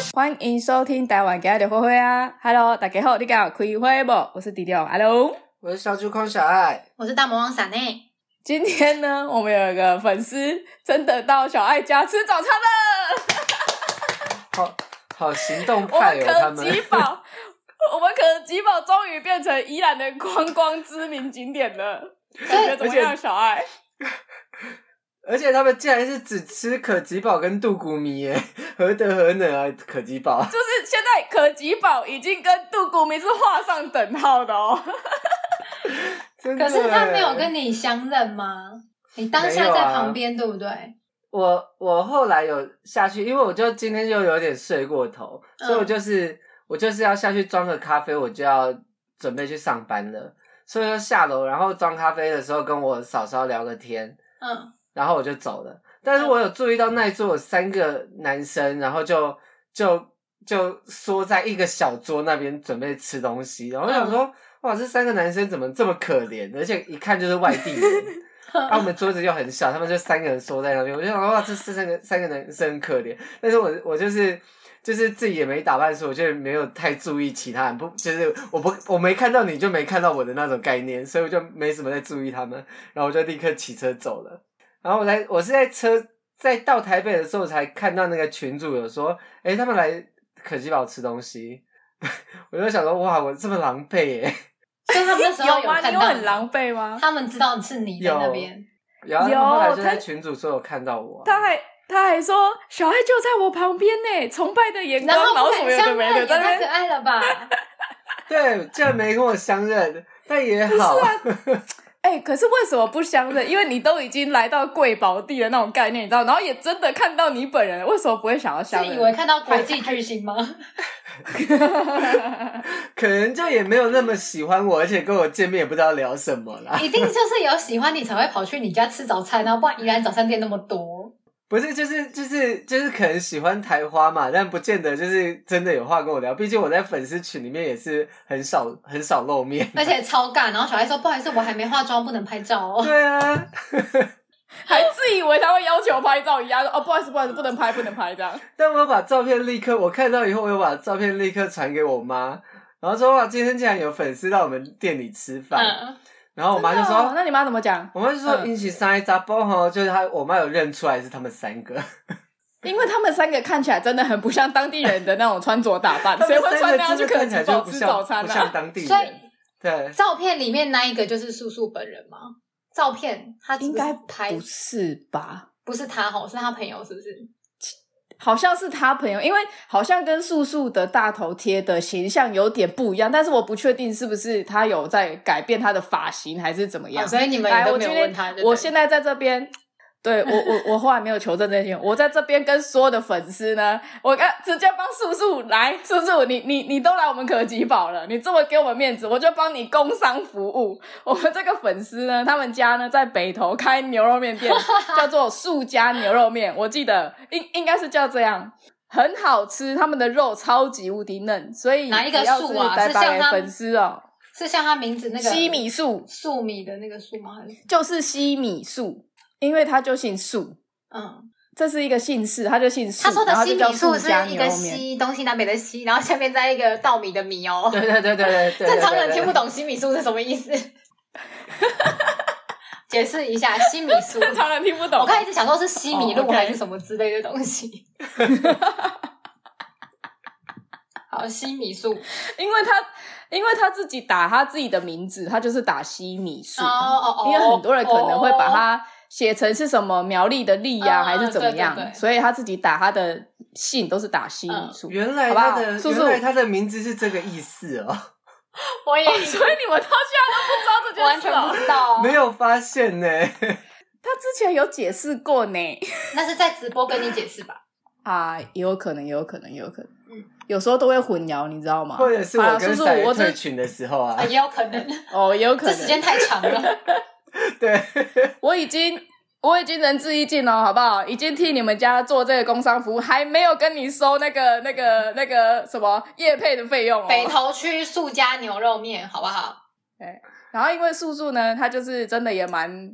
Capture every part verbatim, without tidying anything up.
欢迎收听台湾今日的花花啊 Hello 大家好，你敢有开会不？我是迪迪 Hello， 我是小猪空小爱， 我是大魔王傻内。 今天呢我们有一个粉丝真的到小爱家吃早餐了好好行动派哦，他们我们可吉堡我们可吉堡终于变成宜兰的观光知名景点了，感觉怎么样小爱？ 而且他们竟然是只吃可吉堡跟杜谷米耶，何德何能啊！可吉堡就是现在可吉堡已经跟杜谷米是画上等号的哦。 真的可是他没有跟你相认吗？你当下在旁边、啊、对不对？ 我我后来有下去，因为我就今天就有点睡过头，嗯、所以我就是我就是要下去装个咖啡，我就要准备去上班了，所以就下楼，然后装咖啡的时候跟我嫂嫂聊个天，嗯。然后我就走了，但是我有注意到那一桌有三个男生，然后就就就缩在一个小桌那边准备吃东西，然后我想说，嗯、哇，这三个男生怎么这么可怜？而且一看就是外地人，啊，我们桌子又很小，他们就三个人缩在那边，我就想说，哇，这三个三个男生很可怜，但是我我就是就是自己也没打扮，所以我就没有太注意其他人，不就是我不我没看到你就没看到我的那种概念，所以我就没什么在注意他们，然后我就立刻骑车走了。然后我在我是在车在到台北的时候才看到那个群主有说，诶他们来可吉堡吃东西，我就想说，哇，我这么狼狈耶！ 所以他们那时候有看到有吗？你有很狼狈吗？ 他们知道是你在那边， 有，有，他们后来就在群主说有看到我， 他还他还说小爱就在我旁边呢，崇拜的眼光， 然后什么有的没的， 太可爱了吧？ 对，竟然没跟我相认，但也好。 哎、欸，可是为什么不相认？因为你都已经来到贵宝地的那种概念，你知道，然后也真的看到你本人，为什么不会想要相认？ 是以为看到国际巨星吗？ 可能就也没有那么喜欢我，而且跟我见面也不知道聊什么啦。 一定就是有喜欢你才会跑去你家吃早餐，然后不然宜兰早餐店那么多。 不是，就是就是就是可能喜欢台花嘛，但不见得就是真的有话跟我聊。毕竟我在粉丝群里面也是很少很少露面， 而且超尬。然后小孩说：“不好意思，我还没化妆，不能拍照哦。” 对啊， 还自以为他会要求拍照一样，哦，不好意思，不好意思，不能拍，不能拍这样。 但我有把照片立刻，我看到以后，我有把照片立刻传给我妈，然后说：“哇，今天竟然有粉丝到我们店里吃饭。嗯”然后我妈就说、 哦：“那你妈怎么讲？” 我妈就说：“一起上一扎包吼，就是她，我妈有认出来是他们三个， 因为他们三个看起来真的很不像当地人的那种穿着打扮，谁会穿那样去可吉堡吃早餐啊？ 不像当地人。 所以， 对， 照片里面那一个就是素素本人吗？照片他应该拍不是吧？ 不是他吼，是他朋友，是不是？” 好像是他朋友，因为好像跟素素的大头贴的形象有点不一样，但是我不确定是不是他有在改变他的发型还是怎么样。 哦、所以你们也都没有问他。 我现在在这边，对我我我后来没有求证这些，我在这边跟所有的粉丝呢，我刚直接帮素素来，素素你你你都来我们可吉堡了，你这么给我们面子，我就帮你工商服务。我们这个粉丝呢，他们家呢在北投开牛肉面店，叫做素家牛肉面，我记得应应该是叫这样。很好吃，他们的肉超级无敌嫩，所以哪一个素啊？ 是像他粉丝哦， 是像他名字那个西米素， 素米的那个素吗？还是就是西米素，因为他就姓素。嗯，这是一个姓氏，他就姓素。 他说的西米素是一个西东西南北的西，然后下面再一个稻米的米哦。 对对对对对对， 正常人听不懂西米素是什么意思。解释一下西米素， 正常人听不懂。 我刚才一直想说是西米露还是什么之类的东西。好，西米素， 因为他因为他自己打他自己的名字，他就是打西米素。 哦哦哦， 因为很多人可能会把它写成是什么苗栗的栗啊，哦、还是怎么样，对对对，所以他自己打他的姓都是打西米素。 嗯、原来他的好好原来他的名字是这个意思哦。 我也、 哦，所以你们到现在都不知道这件事、哦， 完全不知道， 没有发现呢。 他之前有解释过呢， 那是在直播跟你解释吧？ 啊，也有可能，也有可能，也有可能，嗯，有时候都会混淆，你知道吗？ 或者是我跟赛尔退群的时候啊， 啊，也有可能， 哦，也有可能， 这时间太长了。 对， 我已经。我已经仁至义尽了，好不好？已经替你们家做这个工商服务，还没有跟你收那个、那个、那个什么业配的费用哦。 北投区素家牛肉面，好不好？ 对。然后因为素素呢，她就是真的也蛮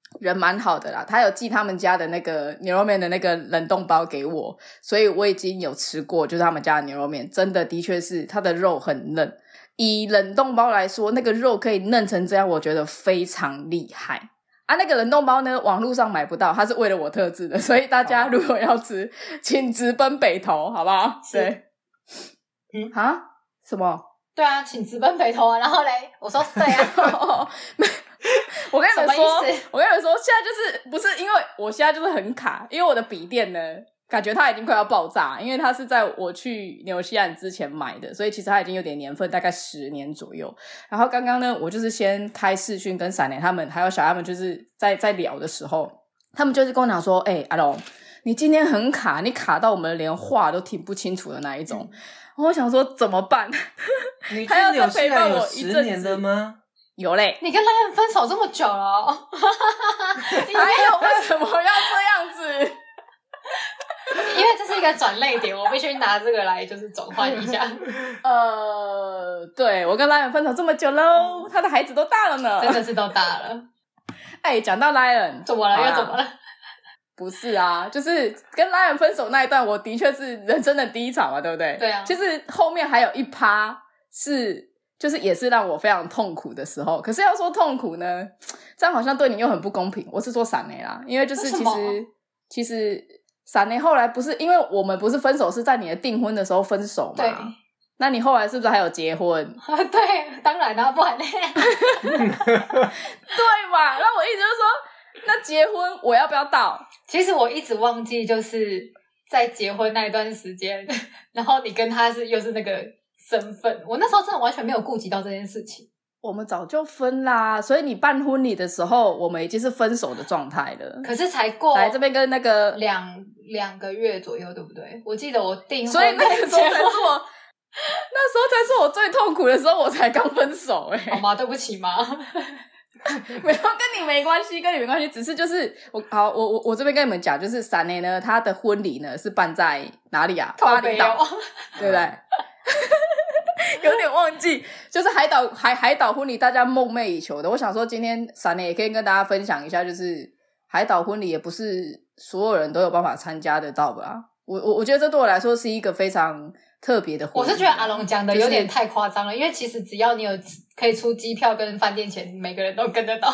人蛮好的啦，他有寄他们家的那个牛肉面的那个冷冻包给我，所以我已经有吃过，就是他们家的牛肉面，真的的确是它的肉很嫩。以冷冻包来说，那个肉可以嫩成这样，我觉得非常厉害啊！那个冷冻包呢，网络上买不到，它是为了我特制的，所以大家如果要吃，请直奔北投，好不好？对， 嗯啊，什么？ 对啊，请直奔北投啊！然后嘞，我说对啊。 我跟你们说，我跟你们说，现在就是不是因为我现在就是很卡，因为我的笔电呢，感觉它已经快要爆炸，因为它是在我去纽西兰之前买的，所以其实它已经有点年份，大概十年左右。然后刚刚呢，我就是先开视讯跟闪雷他们还有小孩们就是在在聊的时候，他们就是跟我讲说，哎、欸，阿龙，你今天很卡，你卡到我们连话都听不清楚的那一种。嗯、我想说怎么办？ 你去纽西兰有十年的吗？ 有嘞， 你跟Lion分手这么久了、哦， 还有为什么要这样子？ 因为这是一个转捩点，我必须拿这个来就是转换一下。 呃，对，我跟Lion分手这么久喽，他的孩子都大了呢， 真的是都大了。 哎，讲到Lion， 怎么了？又怎么了？ 不是啊，就是跟Lion分手那一段，我的确是人生的低潮嘛，对不对？ 对啊。 其实后面还有一趴是。就是也是让我非常痛苦的时候，可是要说痛苦呢，这样好像对你又很不公平。我是说闪雷啦，因为就是其实其实闪雷后来不是因为我们不是分手是在你的订婚的时候分手嘛？ 对。 那你后来是不是还有结婚？ 对，当然啦，不然呢？ 对嘛？那我意思就是说，那结婚我要不要到？ 其实我一直忘记，就是在结婚那一段时间，然后你跟他是又是那个。身份，我那时候真的完全没有顾及到这件事情。 我们早就分啦，所以你办婚礼的时候，我们已经是分手的状态了。 可是才过来这边跟那个两两个月左右，对不对？我记得我订婚， 所以那个时候才是我，那时候才是我最痛苦的时候，我才刚分手、欸。哎， 好吗？对不起吗？ 没有，跟你没关系，跟你没关系，只是就是我好，我我我这边跟你们讲，就是闪雷呢，他的婚礼呢是办在哪里啊？巴厘岛，对不对？有点忘记，就是海岛海海岛婚礼，大家梦寐以求的。我想说，今天闪雷也可以跟大家分享一下，就是海岛婚礼也不是所有人都有办法参加得到吧？我我我觉得这对我来说是一个非常特别的婚礼。 我是觉得阿龙讲的有点太夸张了，就是、因为其实只要你有可以出机票跟饭店钱，每个人都跟得到。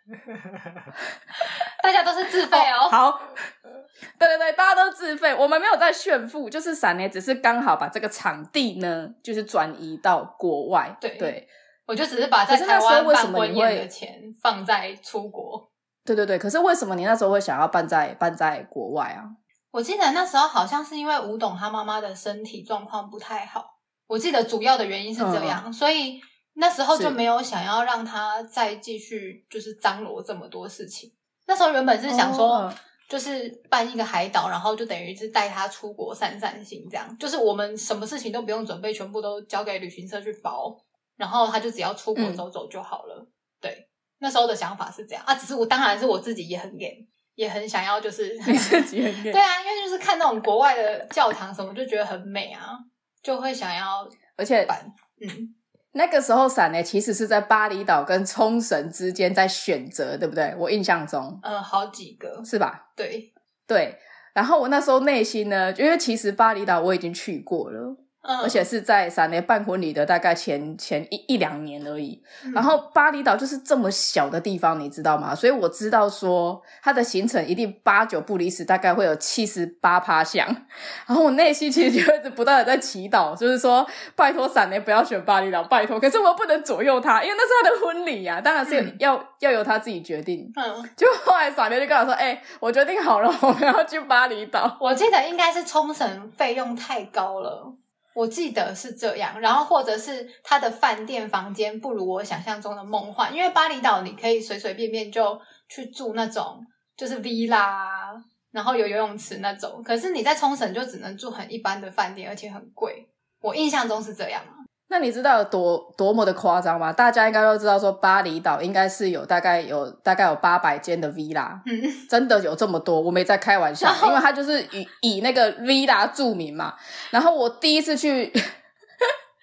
大家都是自费哦。 哦好。对对对，大家都自费，我们没有在炫富，就是闪雷只是刚好把这个场地呢，就是转移到国外。 对对， 我就只是把在台湾办婚宴的钱放在出国。 对对对，可是为什么你那时候会想要办在办在国外啊？ 我记得那时候好像是因为吴董他妈妈的身体状况不太好，我记得主要的原因是这样，嗯、所以那时候就没有想要让他再继续就是张罗这么多事情。那时候原本是想说。哦就是办一个海岛，然后就等于是带他出国散散心，这样就是我们什么事情都不用准备，全部都交给旅行社去包，然后他就只要出国走走就好了。嗯、对，那时候的想法是这样啊，只是我当然是我自己也很演，也很想要，就是你自己很演。 对啊，因为就是看那种国外的教堂什么，就觉得很美啊，就会想要， 而且办嗯。 那个时候闪雷其实是在巴厘岛跟冲绳之间在选择，对不对？我印象中呃，好几个是吧？ 对对，然后我那时候内心呢，因为其实巴厘岛我已经去过了，嗯、而且是在闪雷办婚礼的大概前前一一两年而已、嗯、然后巴厘岛就是这么小的地方，你知道吗？所以我知道说它的行程一定八九不离十，大概会有 百分之七十八 像，然后我内心其实就一直不断的在祈祷，就是说拜托闪雷不要选巴厘岛，拜托，可是我又不能左右他，因为那是他的婚礼啊，当然是要、嗯、要由他自己决定。嗯，就后来闪雷就跟我说，哎、欸，我决定好了，我们要去巴厘岛。 我记得应该是冲绳费用太高了，我记得是这样，然后或者是他的饭店房间不如我想象中的梦幻，因为巴厘岛你可以随随便便就去住那种就是 villa， 然后有游泳池那种，可是你在冲绳就只能住很一般的饭店，而且很贵，我印象中是这样。 那你知道有多多么的夸张吗？大家应该都知道说巴厘岛应该是有大概有大概有八百间的 villa， 嗯，真的有这么多，我没在开玩笑，因为它就是以以那个 villa 著名嘛。然后我第一次去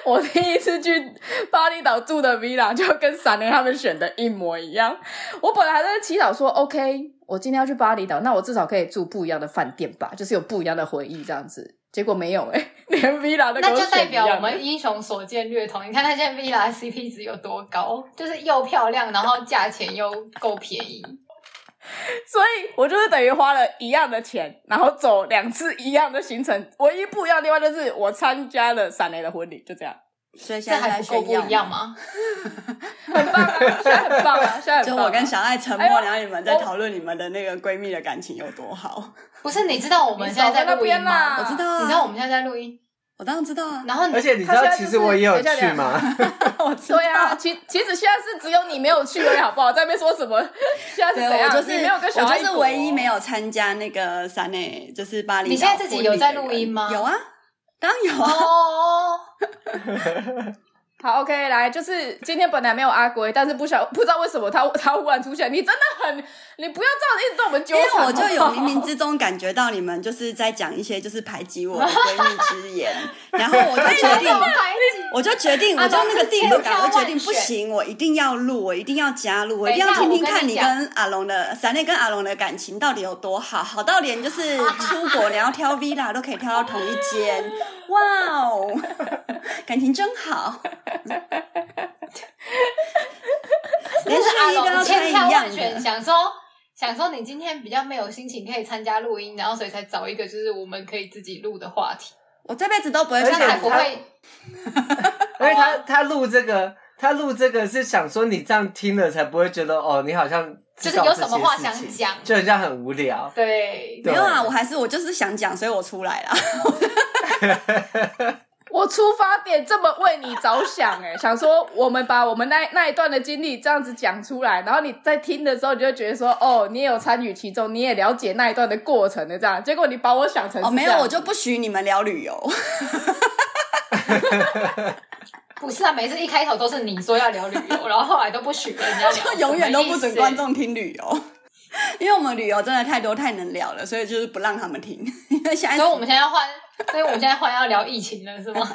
我第一次去巴厘岛住的 villa 就跟闪雷他们选的一模一样。我本来还在祈祷说 OK 我今天要去巴厘岛，那我至少可以住不一样的饭店吧，就是有不一样的回忆这样子。结果没有诶、欸、连 villa 都给我选一样的。 那就代表我们英雄所见略同。你看那件 villa C P 值有多高，就是又漂亮，然后价钱又够便宜。 所以我就是等于花了一样的钱，然后走两次一样的行程，唯一不一样的地方就是我参加了闪雷的婚礼，就这样。 所以现在这还不够不一样吗？ 很棒啊，现在很棒啊，现在很棒、啊。 就我跟小爱沉默， 哎、 然后你们在讨论你们的那个闺蜜的感情有多好。 不是，你知道我们现在在录音吗？ 我知道啊， 你知道我们现在在录音， 我当然知道啊。 然后你， 而且你知道，其实我也有去吗？ 我知道。 对啊，其其实现在是只有你没有去而已，好不好？在那边说什么？现在是怎样？ 我就是你没有跟小爱我就是唯一没有参加那个山内，就是巴厘岛。 你现在自己有在录音吗？ 有啊，当然有啊。 哦好 ，OK， 来，就是今天本来没有阿龟，但是不晓不知道为什么他他忽然出现。你真的很，你不要这样一直对我们纠缠。 因为我就有冥冥之中感觉到你们就是在讲一些就是排挤我的闺蜜之言，然后我就决定，我就决定，我就那个第六感，我就决定不行，我一定要录，我一定要加入，我一定要听听看你跟阿龙的闪内跟阿龙的感情到底有多好，好到连就是出国你要挑 villa 都可以挑到同一间，哇哦，感情真好。连睡衣都要穿一样的， 想说想说你今天比较没有心情可以参加录音，然后所以才找一个就是我们可以自己录的话题。 我这辈子都不会， 这样才不会。 因为他他录这个，他录这个是想说你这样听了才不会觉得哦，你好像就是有什么话想讲， 就很像很无聊。 对， 没有啊，我还是我就是想讲，所以我出来了。 我出发点这么为你着想欸，想说我们把我们那那一段的经历这样子讲出来，然后你在听的时候你就会觉得说哦，你也有参与其中，你也了解那一段的过程的这样，结果你把我想成是哦，没有，我就不许你们聊旅游。 不是啊，每次一开头都是你说要聊旅游，然后后来都不许人家聊， 永远都不准观众听旅游。因为我们旅游真的太多太能聊了，所以就是不让他们听。因为现在， 所以我们现在要换，所以我们现在换要聊疫情了，是吗？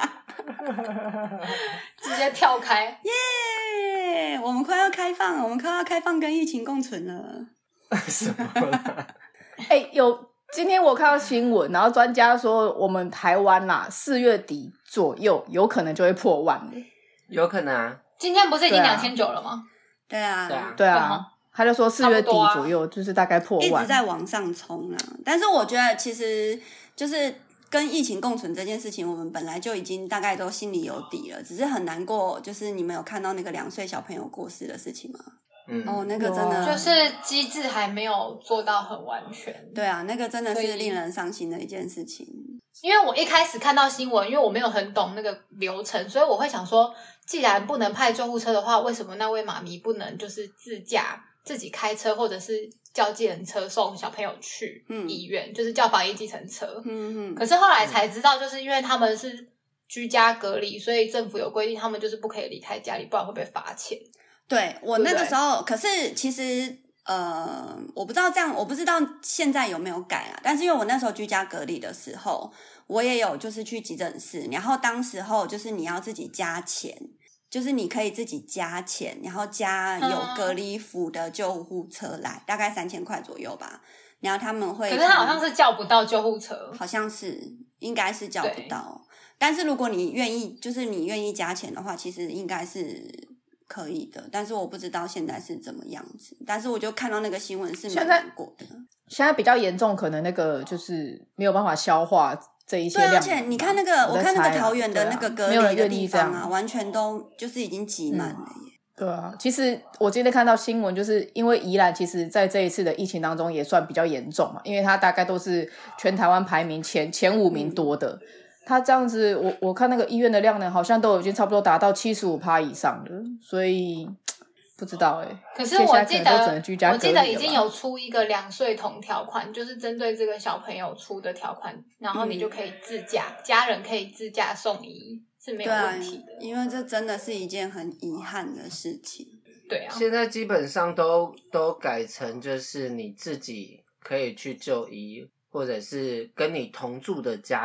直接跳开， 耶！ Yeah, 我们快要开放了，我们快要开放跟疫情共存了。 什么啦？ 哎、欸，有今天我看到新闻，然后专家说我们台湾啦，四月底左右有可能就会破万了。 有可能啊。 今天不是已经两千九了吗？ 对啊， 对啊， 对啊。他就说四月底左右就是大概破万， 一直在往上冲啊。但是我觉得其实就是跟疫情共存这件事情，我们本来就已经大概都心里有底了，只是很难过。就是你们有看到那个两岁小朋友过世的事情吗？嗯，哦，那个真的就是机制还没有做到很完全。 对啊，那个真的是令人伤心的一件事情。 因为我一开始看到新闻，因为我没有很懂那个流程，所以我会想说，既然不能派救护车的话，为什么那位妈咪不能就是自驾？自己开车，或者是叫计程车送小朋友去医院，嗯、就是叫防疫计程车。嗯嗯。可是后来才知道，就是因为他们是居家隔离，所以政府有规定，他们就是不可以离开家里，不然会被罚钱。 对，我那个时候，可是其实呃，我不知道这样，我不知道现在有没有改啦。但是因为我那时候居家隔离的时候，我也有就是去急诊室，然后当时候就是你要自己加钱。就是你可以自己加钱，然后加有隔离服的救护车来，嗯、大概三千块左右吧。然后他们会， 可是他好像是叫不到救护车， 好像是应该是叫不到。但是如果你愿意，就是你愿意加钱的话，其实应该是可以的。但是我不知道现在是怎么样子。但是我就看到那个新闻是蛮难过的。 现在比较严重，可能那个就是没有办法消化。这一些量， 对，而且你看那个，我看那个桃园的那个隔离的地方啊，完全都就是已经挤满了耶。 对啊，其实我今天看到新闻，就是因为宜兰其实在这一次的疫情当中也算比较严重嘛，因为它大概都是全台湾排名前前五名多的。它这样子，我我看那个医院的量呢，好像都已经差不多达到 百分之七十五 以上了，所以。不知道哎、欸， 可是我记得我记得已经有出一个两岁童条款，就是针对这个小朋友出的条款，然后你就可以自驾，嗯、家人可以自驾送医是没有问题的。 因为这真的是一件很遗憾的事情。 对啊， 现在基本上都都改成就是你自己可以去就医，或者是跟你同住的家人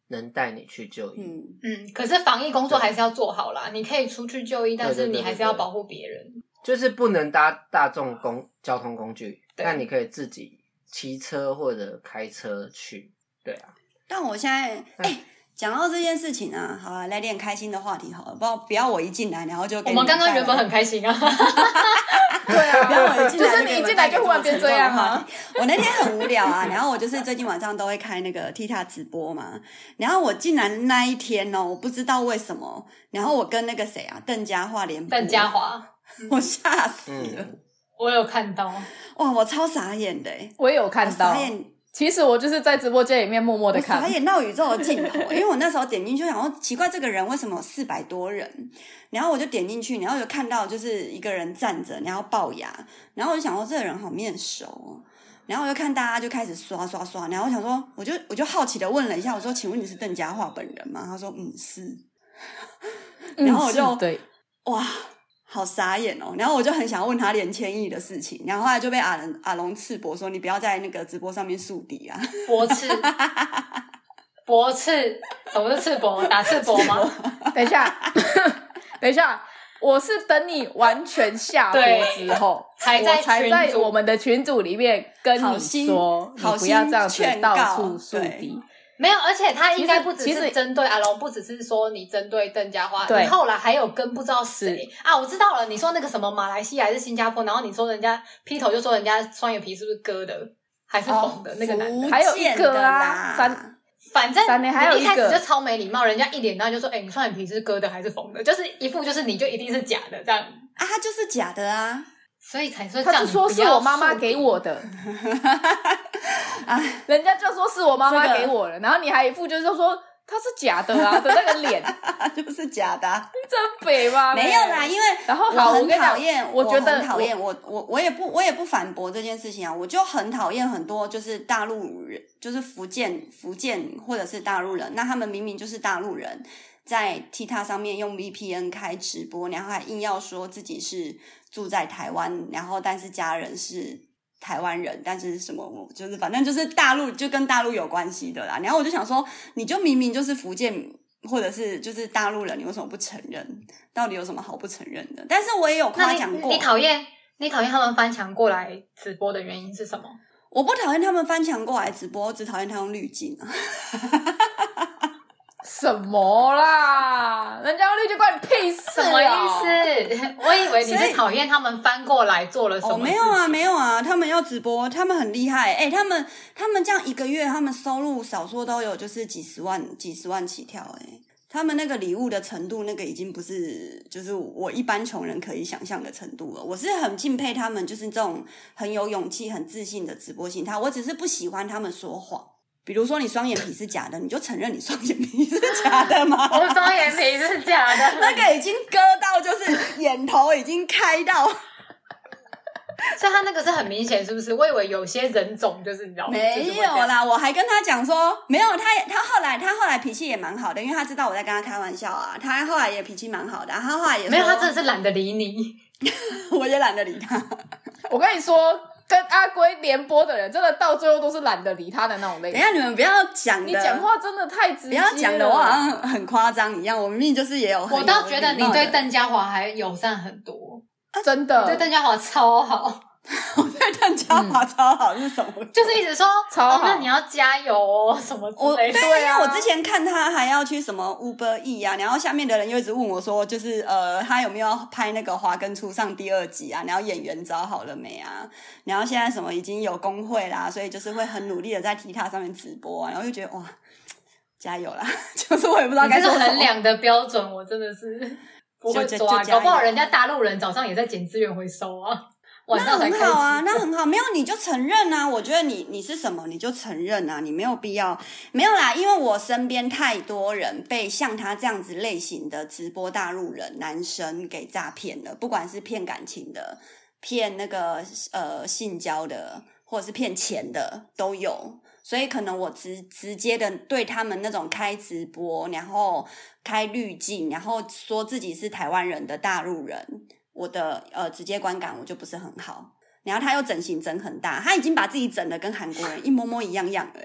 能带你去就医。 嗯嗯，可是防疫工作还是要做好啦。你可以出去就医，但是你还是要保护别人。 就是不能搭大众公交通工具，但你可以自己骑车或者开车去。对啊。 但我现在哎。讲到这件事情啊，好啊，来点开心的话题好了，不要不要我一进来然后就给你我们刚刚原本很开心啊， 对啊，不要我一进来就是你一进来就忽然变这样啊。 我那天很无聊啊，然后我就是最近晚上都会开那个 Tita 直播嘛，然后我竟然那一天哦，我不知道为什么，然后我跟那个谁啊，邓家华联播， 邓家华， 我吓死了、 嗯， 我有看到， 哇，我超傻眼的、欸， 我也有看到， 傻眼。 其实我就是在直播间里面默默的看， 我傻眼到宇宙的尽头，因为我那时候点进去，想说奇怪这个人为什么有四百多人，然后我就点进去，然后就看到就是一个人站着，然后龅牙，然后我就想说这个人好面熟哦，然后我就看大家就开始刷刷刷，然后我想说，我就我就好奇的问了一下，我说请问你是邓家华本人吗？他说嗯是，然后我就、 嗯、对， 哇。好傻眼哦，然后我就很想问他连千亿的事情，然后后来就被阿龙阿龙斥驳说你不要在那个直播上面树敌啊， 驳斥，驳斥，什么是斥驳？打斥驳吗？ 等一下，等一下，我是等你完全下播之后， 才在我才在我们的群组里面跟你说，你不要这样子到处树敌。 没有，而且他应该不只是针对阿龙，不只是说你针对邓家华，你后来还有跟不知道谁啊，我知道了，你说那个什么马来西亚还是新加坡，然后你说人家劈头就说人家双眼皮是不是割的还是缝的、哦、那个男的， 还有一个啊，三反正三年还有一个， 一开始就超没礼貌，人家一脸然后就说，哎、欸，你双眼皮是割的还是缝的，就是一副就是你就一定是假的这样啊，他就是假的啊。 所以才说这样， 他就说是我妈妈给我的，人家就说是我妈妈给我的，然后你还一副就是说他是假的啊的那个脸， 就是假的、啊， 真北吧？ 没有啦，因为然后我很讨厌， 我觉得很讨厌，我我我也不我也不反驳这件事情啊，我就很讨厌很多就是大陆人，就是福建福建或者是大陆人，那他们明明就是大陆人。在 Tita 上面用 V P N 开直播，然后还硬要说自己是住在台湾，然后但是家人是台湾人，但是什么就是反正就是大陆就跟大陆有关系的啦。然后我就想说，你就明明就是福建或者是就是大陆人，你为什么不承认？到底有什么好不承认的？但是我也有夸奖过。 你讨厌你讨厌他们翻墙过来直播的原因是什么？ 我不讨厌他们翻墙过来直播，我只讨厌他用滤镜啊。 什么啦？人家绿就关你屁事、啊！ 什么意思？我以为你是讨厌他们翻过来做了什么事情。 哦，没有啊，没有啊，他们要直播，他们很厉害。哎、欸，他们他们这样一个月，他们收入少说都有就是几十万、几十万起跳、欸。哎，他们那个礼物的程度，那个已经不是就是我一般穷人可以想象的程度了。我是很敬佩他们，就是这种很有勇气、很自信的直播心态。我只是不喜欢他们说谎。比如说你双眼皮是假的，你就承认你双眼皮是假的吗？ 我双眼皮是假的， 那个已经割到就是眼头已经开到， 所以他那个是很明显，是不是？我以为有些人种就是你知道没有啦，我还跟他讲说没有，他他后来他后来脾气也蛮好的，因为他知道我在跟他开玩笑啊，他后来也脾气蛮好的，他后来也说没有，他真的是懒得理你， 我也懒得理他。 我跟你说。跟阿龟联播的人，真的到最后都是懒得理他的那种类型。 等一下，你们不要讲的， 你讲话真的太直接了， 不要讲的我好像很夸张一样。我明明就是也有很有， 我倒觉得你对邓家华还友善很多， 啊、真的， 对邓家华超好。 我对邓家华超好是什么？ 就是一直说超好、 哦，那你要加油哦，什么之类的。 对， 对啊， 因为我之前看他还要去什么 Uber E 啊，然后下面的人又一直问我说，就是呃，他有没有要拍那个华根初上第二集啊？然后演员找好了没啊？然后现在什么已经有工会啦，所以就是会很努力的在 Tita 上面直播啊，然后就觉得哇，加油啦！就是我也不知道该说什么。 这个衡量的标准，我真的是不会抓，搞不好人家大陆人早上也在捡资源回收啊。 那很好啊，那很好，没有你就承认啊！我觉得你你是什么你就承认啊，你没有必要没有啦，因为我身边太多人被像他这样子类型的直播大陆人男生给诈骗了，不管是骗感情的、骗那个呃性交的，或者是骗钱的都有，所以可能我直直接的对他们那种开直播，然后开滤镜，然后说自己是台湾人的大陆人。我的呃直接观感我就不是很好，然后他又整形整很大，他已经把自己整的跟韩国人一模模一样样了、欸、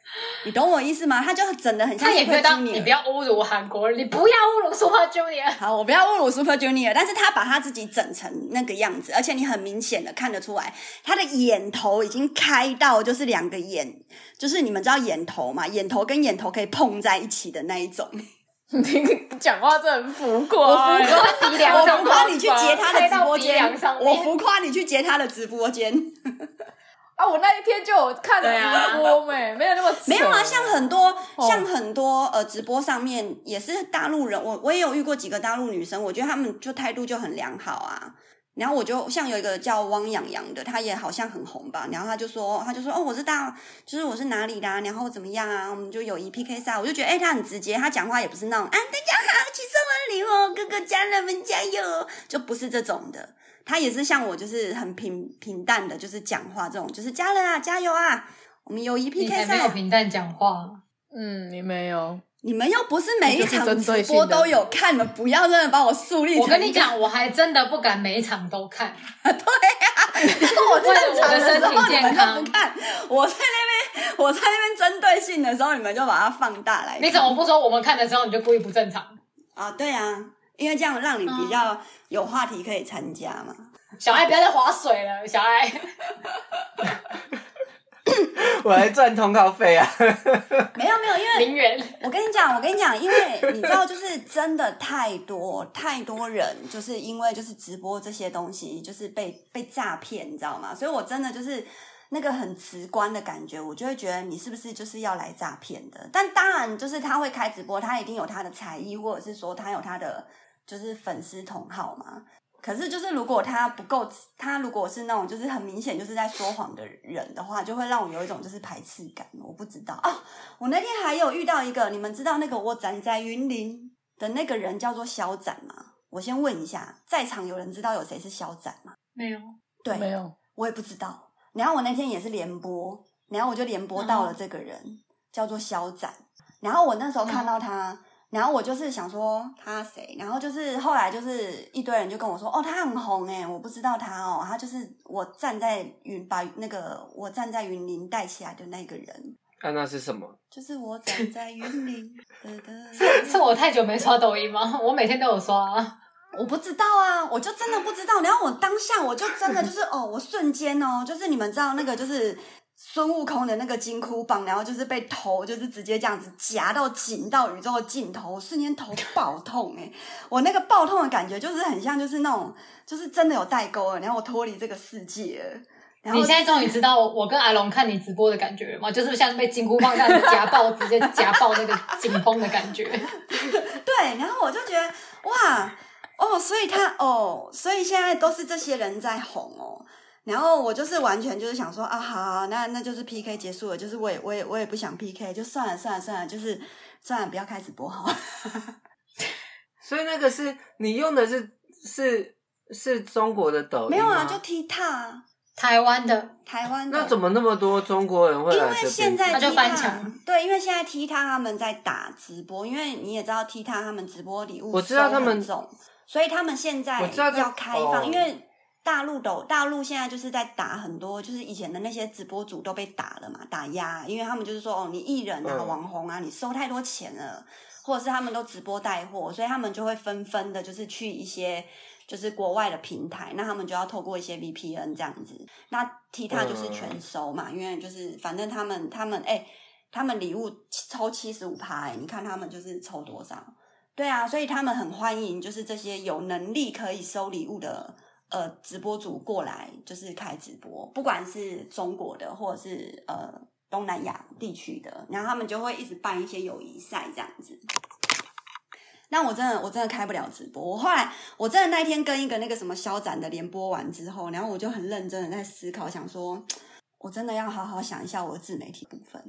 你懂我意思吗？他就整得很像 Super Junior。他也不要， 你不要侮辱韩国人，你不要侮辱 Super Junior。 好，我不要侮辱 Super Junior， 但是他把他自己整成那个样子，而且你很明显的看得出来，他的眼头已经开到就是两个眼，就是你们知道眼头嘛，眼头跟眼头可以碰在一起的那一种。 你讲话真的很浮夸， 我浮夸， 鼻梁上我浮夸你去截他的直播间，我浮夸你去截他的直播间。 啊，我那一天就有看直播没、啊，没有那么扯没有啊，像很多、哦、像很多呃直播上面也是大陆人，我我也有遇过几个大陆女生，我觉得她们就态度就很良好啊。然后我就像有一个叫汪洋洋的，她也好像很红吧，然后她就说，她就说哦，我是大，就是我是哪里的、啊，然后怎么样啊，我们就友谊 P K 赛，我就觉得哎，她很直接，她讲话也不是那种啊，大家好，起送完礼哦，哥哥家人们加油，就不是这种的。他也是像我，就是很平平淡的，就是讲话这种，就是家人啊，加油啊！我们友谊 P K 赛， 你还没有平淡讲话。 嗯，你没有， 你们又不是每一场直播都有看了，不要真的把我树立成。 我跟你讲，我还真的不敢每一场都看。 对啊，我正常的时候你们都不看，我在那边我在那边针对性的时候，你们就把它放大来看。 你怎么不说我们看的时候你就故意不正常？ 啊，对啊。因为这样让你比较有话题可以参加嘛。 小爱不要再划水了，小爱。 我还赚通告费啊！ 没有没有，因为零元。 我跟你讲，我跟你讲，因为你知道，就是真的太多太多人，就是因为就是直播这些东西，就是被被诈骗，你知道吗？所以我真的就是那个很直观的感觉，我就会觉得你是不是就是要来诈骗的？但当然，就是他会开直播，他一定有他的才艺，或者是说他有他的就是粉丝同好嘛。可是就是如果他不够，他如果是那种就是很明显就是在说谎的人的话，就会让我有一种就是排斥感。我不知道哦，我那天还有遇到一个，你们知道那个我站在云林的那个人叫做肖展吗？我先问一下，在场有人知道有谁是肖展吗？ 没有， 对， 没有， 我也不知道。然后我那天也是联播，然后我就联播到了这个人、嗯、叫做肖展，然后我那时候看到他。嗯，然后我就是想说他谁，然后就是后来就是一堆人就跟我说，哦，他很红诶，我不知道他哦，他就是我站在云把那个我站在云林带起来的那个人。 啊，那是什么？ 就是我站在云林。 是是我太久没刷抖音吗？我每天都有刷啊。 我不知道啊，我就真的不知道。然后我当下我就真的就是哦，我瞬间哦，就是你们知道那个就是孙悟空的那个金箍棒，然后就是被头就是直接这样子夹到紧到宇宙的尽头，瞬间头爆痛诶、欸、我那个爆痛的感觉就是很像就是那种就是真的有代沟了，然后我脱离这个世界了。然后你现在终于知道我跟阿龙看你直播的感觉了吗？就是像被金箍棒这样子夹爆，直接夹爆那个紧绷的感觉。 对，然后我就觉得哇哦，所以他哦，所以现在都是这些人在红哦。然后我就是完全就是想说啊，好，好，那那就是 P K 结束了，就是我也我也我也不想 P K， 就算了算了算了，就是算了，不要开直播好了。 所以那个是你用的是是是中国的抖音吗？ 没有啊，就 TikTok， 台湾的台湾的。 那怎么那么多中国人会来这边？ 因为现在 TikTok 对，因为现在 TikTok 他们在打直播，因为你也知道 TikTok 他们直播礼物我知道他们重，所以他们现在要开放，哦、因为。大陆抖大陆现在就是在打很多，就是以前的那些直播主都被打了嘛，打压，因为他们就是说哦，你艺人啊、嗯、网红啊，你收太多钱了，或者是他们都直播带货，所以他们就会纷纷的，就是去一些就是国外的平台，那他们就要透过一些 V P N 这样子，那 TikTok 就是全收嘛，嗯、因为就是反正他们他们哎、欸，他们礼物抽 百分之七十五 哎，你看他们就是抽多少？对啊，所以他们很欢迎就是这些有能力可以收礼物的。呃，直播主过来就是开直播，不管是中国的或者是呃东南亚地区的，然后他们就会一直办一些友谊赛这样子。那我真的我真的开不了直播，我后来我真的那一天跟一个那个什么肖展的联播完之后，然后我就很认真的在思考，想说我真的要好好想一下我的自媒体部分。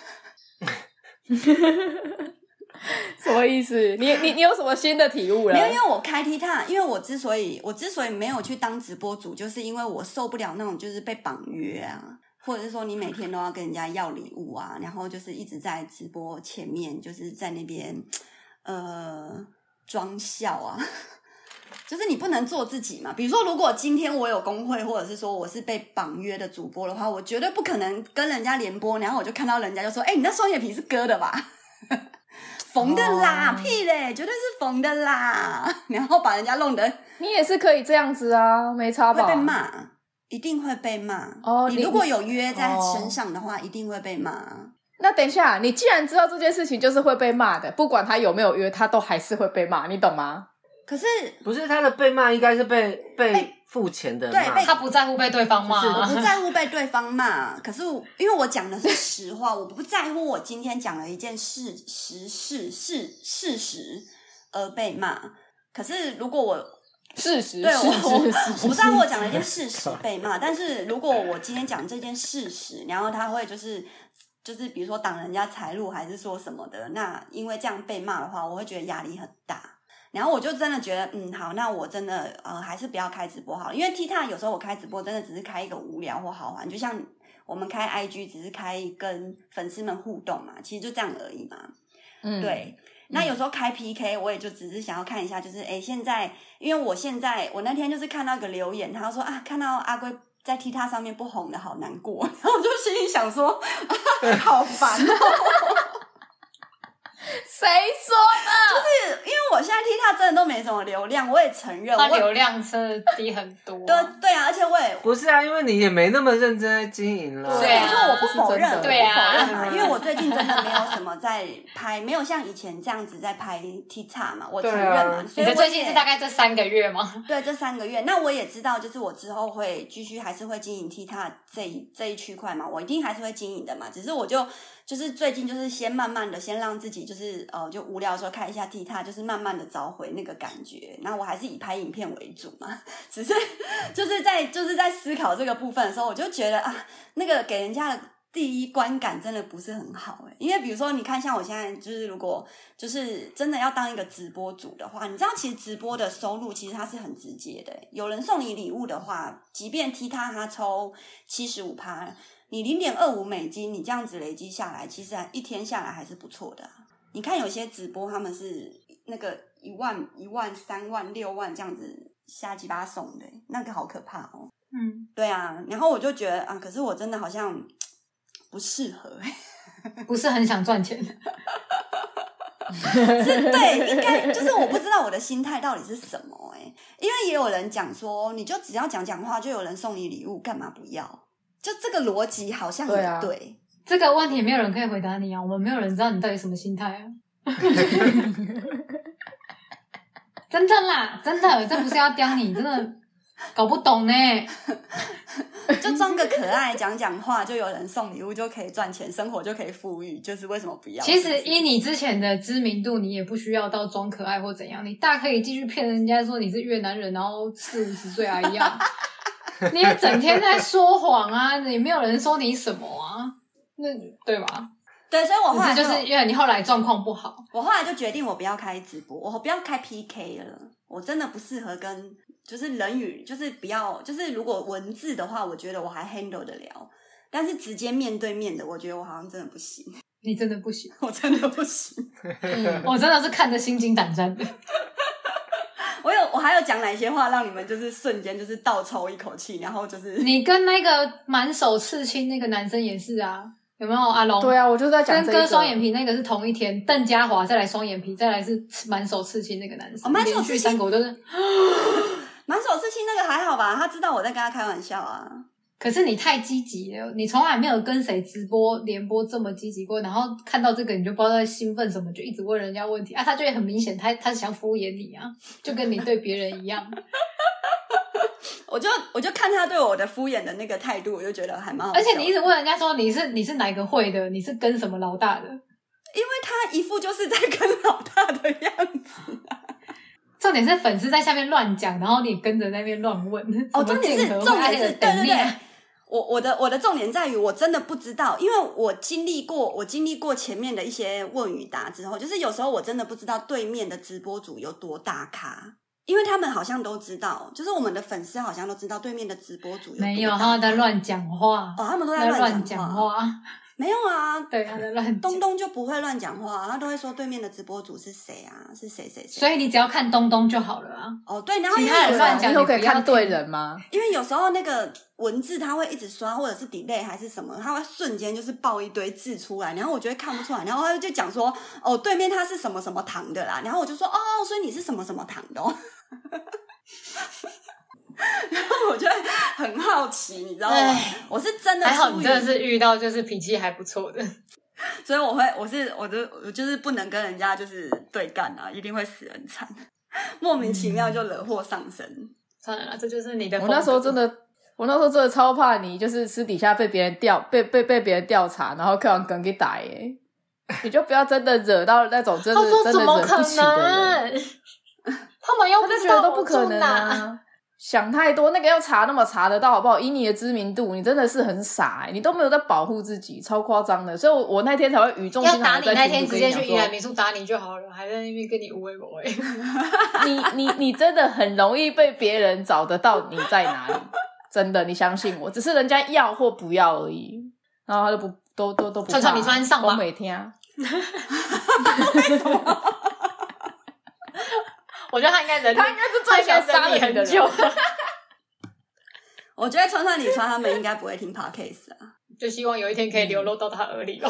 什么意思？你你你有什么新的体悟了？ 没有，因为我开 TikTok， 因为我之所以我之所以没有去当直播主，就是因为我受不了那种就是被绑约啊，或者是说你每天都要跟人家要礼物啊，然后就是一直在直播前面就是在那边呃装笑啊。 就是你不能做自己嘛。比如说，如果今天我有工会，或者是说我是被绑约的主播的话，我绝对不可能跟人家联播，然后我就看到人家就说：“哎、欸，你那双眼皮是割的吧？”缝的啦，哦、屁嘞，绝对是缝的啦。然后把人家弄得， 你也是可以这样子啊，没差吧？ 会被骂，一定会被骂。哦，你如果有约在身上的话，哦、一定会被骂。 那等一下，你既然知道这件事情就是会被骂的，不管他有没有约，他都还是会被骂，你懂吗？ 可是不是他的被骂，应该是被被付钱的骂， 对，他不在乎被对方骂， 我不在乎被对方骂。可是因为我讲的是实话，我不在乎我今天讲了一件事实事事事实而被骂。可是如果我事实对我我我不在乎我讲了一件事实被骂，但是如果我今天讲这件事实，然后他会就是就是比如说挡人家财路还是说什么的，那因为这样被骂的话，我会觉得压力很大。然后我就真的觉得，嗯，好，那我真的呃还是不要开直播好了，因为 TikTok 有时候我开直播真的只是开一个无聊或好玩，就像我们开 I G 只是开跟粉丝们互动嘛，其实就这样而已嘛。嗯，对。那有时候开 P K 我也就只是想要看一下，就是诶现在因为我现在我那天就是看到一个留言，他说啊看到阿龟在 TikTok 上面不红的好难过，然后我就心里想说啊好烦哦。 谁说的？ 就是因为我现在 TikTok 真的都没什么流量，我也承认， 它流量真的低很多。 对对啊，而且我也不是啊，因为你也没那么认真在经营了。 对啊，我不否认， 对啊， 我不否认嘛，因为我最近真的没有什么在拍，没有像以前这样子在拍 TikTok 嘛，我承认嘛。 啊、所以你的最近是大概这三个月吗？ 对，这三个月。那我也知道，就是我之后会继续还是会经营 TikTok 这一这一区块嘛，我一定还是会经营的嘛，只是我就。就是最近就是先慢慢的先让自己就是呃就无聊的时候看一下 TikTok， 就是慢慢的找回那个感觉。那我还是以拍影片为主嘛，只是就是在就是在思考这个部分的时候，我就觉得啊，那个给人家的第一观感真的不是很好诶、欸。因为比如说你看像我现在就是如果就是真的要当一个直播主的话，你知道其实直播的收入其实它是很直接的、欸。有人送你礼物的话，即便 TikTok 它抽 百分之七十五，你 零点二五美金，你这样子累积下来，其实一天下来还是不错的、啊。你看有些直播他们是那个一万、一万、三万、六万这样子瞎鸡巴送的，那个好可怕哦。嗯，对啊。然后我就觉得啊，可是我真的好像不适合、欸， 不是很想赚钱。 是，对，应该就是我不知道我的心态到底是什么哎、欸，因为也有人讲说，你就只要讲讲话，就有人送你礼物，干嘛不要？就这个逻辑好像也 对,、啊、对， 这个问题没有人可以回答你啊，我们没有人知道你到底什么心态啊。真的啦，真的，这不是要刁你，真的搞不懂呢。 就装个可爱，讲讲话，就有人送礼物，就可以赚钱，生活就可以富裕，就是为什么不要？ 其实依你之前的知名度，你也不需要到装可爱或怎样，你大可以继续骗人家说你是越南人，然后四五十岁啊一样。你也整天在说谎啊，也没有人说你什么啊，那对吧？ 对，所以我后来就就是因为你后来状况不好， 我后来就决定我不要开直播，我不要开 P K 了，我真的不适合跟就是人与就是不要就是如果文字的话，我觉得我还 handle 得了，但是直接面对面的，我觉得我好像真的不行。 你真的不行， 我真的不行， 嗯、我真的是看得心惊胆战的。 我有，我还有讲哪些话让你们就是瞬间就是倒抽一口气，然后就是你跟那个满手刺青那个男生也是啊，有没有阿龙？ 对啊，我就在讲这个。 跟割双眼皮那个是同一天，邓家华再来双眼皮，再来是满手刺青那个男生， 哦，满手刺青三个我都是满手刺青那个还好吧？他知道我在跟他开玩笑啊。 可是你太积极了，你从来没有跟谁直播联播这么积极过，然后看到这个你就不知道在兴奋什么，就一直问人家问题啊，他就会很明显他他想敷衍你啊，就跟你对别人一样。 我就我就看他对我的敷衍的那个态度，我就觉得还蛮好笑的。 而且你一直问人家说你是你是哪个会的，你是跟什么老大的， 因为他一副就是在跟老大的样子啊。 重点是粉丝在下面乱讲，然后你跟着在那边乱问。 哦，重点是重点是对对对，我我的我的重点在于我真的不知道，因为我经历过我经历过前面的一些问与答之后，就是有时候我真的不知道对面的直播主有多大咖，因为他们好像都知道，就是我们的粉丝好像都知道对面的直播主有多大咖。 没有，他们在乱讲话。 哦，他们都在乱讲讲话。 没有啊， 对他的乱讲。 东东就不会乱讲话，他都会说对面的直播主是谁啊，是谁谁谁。 所以你只要看东东就好了啊。 哦，对，然后其他人乱讲， 以后可以看对人吗？ 因为有时候那个文字它会一直刷，或者是 delay 还是什么，它会瞬间就是爆一堆字出来，然后我就会看不出来，然后他就讲说，哦，对面他是什么什么堂的啦，然后我就说，哦，所以你是什么什么堂的哦。然后我就很好奇，你知道吗？我是真的还好，你真的是遇到就是脾气还不错的， 所以我会，我是我就我就是不能跟人家就是对干啊，一定会死人惨，莫名其妙就惹祸上身。 算了啦，这就是你的风格。 我那时候真的，我那时候真的超怕你，就是私底下被别人调，被被被别人调查，然后看完梗给打耶，你就不要真的惹到那种真的真的惹不起的人。 他们又不知道他就觉得都不可能啊，想太多。那个要查那么查得到好不好？以你的知名度，你真的是很傻、欸、你都没有在保护自己，超夸张的。所以我，我那天才会语重心长的在要打你那天直接去宜兰民宿打你就好了，还在那边跟你无微不微。 你你你真的很容易被别人找得到你在哪里，真的，你相信我，只是人家要或不要而已。然后他就不都都都不怕。 川川，你穿上吧。 我每天啊。 为什么？ 我觉得他应该人， 他应该是最想杀你很久。 我觉得川川、李川他们应该不会听 podcast 啊， 就希望有一天可以流露到他耳里咯。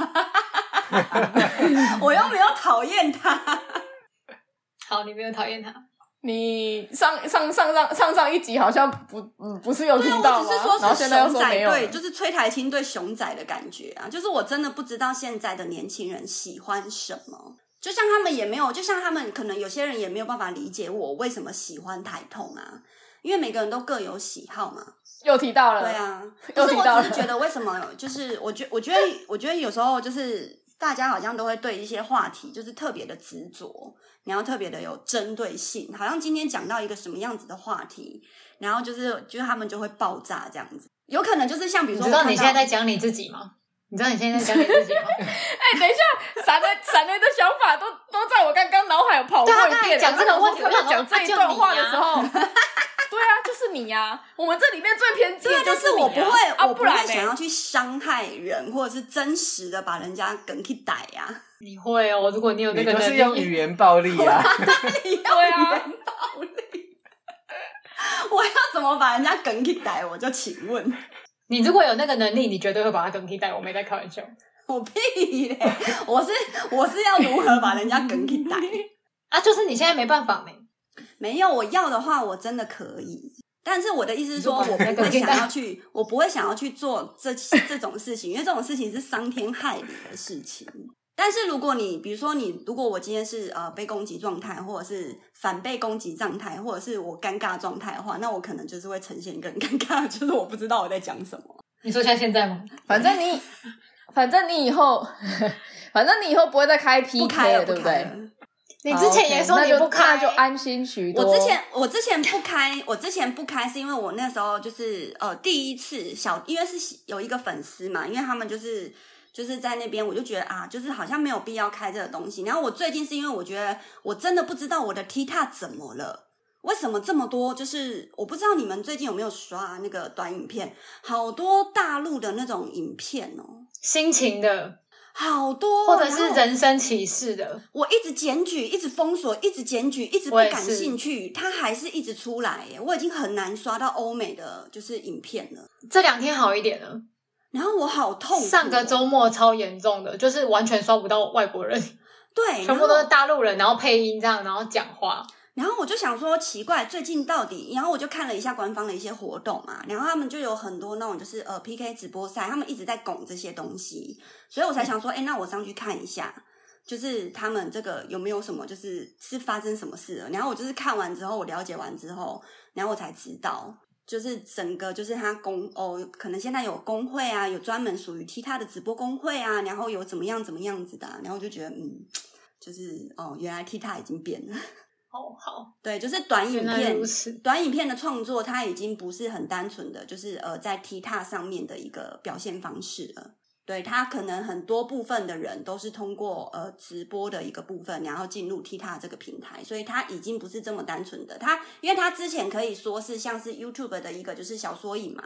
我又没有讨厌他。 好，你没有讨厌他。 你上上上上上上一集好像不嗯不是有提到吗？ 对，我只是说是然后现在又说没有， 对，就是崔台青对熊仔的感觉啊，就是我真的不知道现在的年轻人喜欢什么。就像他们也没有，就像他们可能有些人也没有办法理解我为什么喜欢台通啊，因为每个人都各有喜好嘛。 又提到了， 对啊， 又提到了。 可是我只是觉得为什么，就是我觉我觉得我觉得有时候就是大家好像都会对一些话题就是特别的执着，然后特别的有针对性，好像今天讲到一个什么样子的话题，然后就是就是他们就会爆炸这样子。有可能就是像比如说， 你知道你现在在讲你自己吗？你知道你现在在讲你自己吗？ 哎、欸，等一下，闪雷闪雷的想法都都在我刚刚脑海有跑过一遍。 讲这个问题， 他在讲这一段话的时候，对啊，就是你呀、啊。我们这里面最偏激的就是你、啊。 但是我不会， 啊、 我不会想要去伤害人，或者是真实的把人家梗去逮呀、啊。 你会哦，如果你有那个能力， 你都是用语言暴力啊。 你用语言暴力，我要怎么把人家梗去逮？我就请问。 你如果有那个能力，你绝对会把他梗替代。我没在开玩笑。 我屁嘞！我是我是要如何把人家梗替代啊？就是你现在没办法没？ 没有，我要的话我真的可以。但是我的意思是说，我不会想要去，我不会想要去做这这种事情，因为这种事情是伤天害理的事情。但是如果你比如说你，如果我今天是呃被攻击状态，或者是反被攻击状态，或者是我尴尬状态的话，那我可能就是会呈现一个很尴尬，就是我不知道我在讲什么。 你说像现在吗？ 反正你，反正你以后，反正你以后不会再开 P K 了， 不开了对不对？ 你之前也说你不开， 那就安心许多。 我之前我之前不开，我之前不开是因为我那时候就是呃第一次小，因为是有一个粉丝嘛，因为他们就是就是在那边，我就觉得啊，就是好像没有必要开这个东西。然后我最近是因为我觉得我真的不知道我的 TikTok 怎么了。为什么这么多？就是我不知道你们最近有没有刷那个短影片，好多大陆的那种影片哦， 心情的好多， 或者是人生启示的。 我一直检举，一直封锁，一直检举，一直不感兴趣，它还是一直出来耶。我已经很难刷到欧美的就是影片了。 这两天好一点了， 然后我好痛苦、哦。 上个周末超严重的，就是完全刷不到外国人， 对， 全部都是大陆人，然后配音这样，然后讲话。 然后我就想说奇怪，最近到底，然后我就看了一下官方的一些活动嘛，然后他们就有很多那种就是呃 P K 直播赛，他们一直在拱这些东西，所以我才想说，哎，那我上去看一下，就是他们这个有没有什么就是是发生什么事了。然后我就是看完之后，我了解完之后，然后我才知道，就是整个就是他公哦，可能现在有工会啊，有专门属于踢他的直播工会啊，然后有怎么样怎么样子的、啊，然后我就觉得嗯，就是哦，原来踢他已经变了。 哦，好， 对，就是短影片，短影片的创作，它已经不是很单纯的，就是呃，在 TikTok 上面的一个表现方式了。对，它可能很多部分的人都是通过呃直播的一个部分，然后进入 TikTok 这个平台，所以它已经不是这么单纯的。它因为它之前可以说是像是 YouTube 的一个就是小缩影嘛，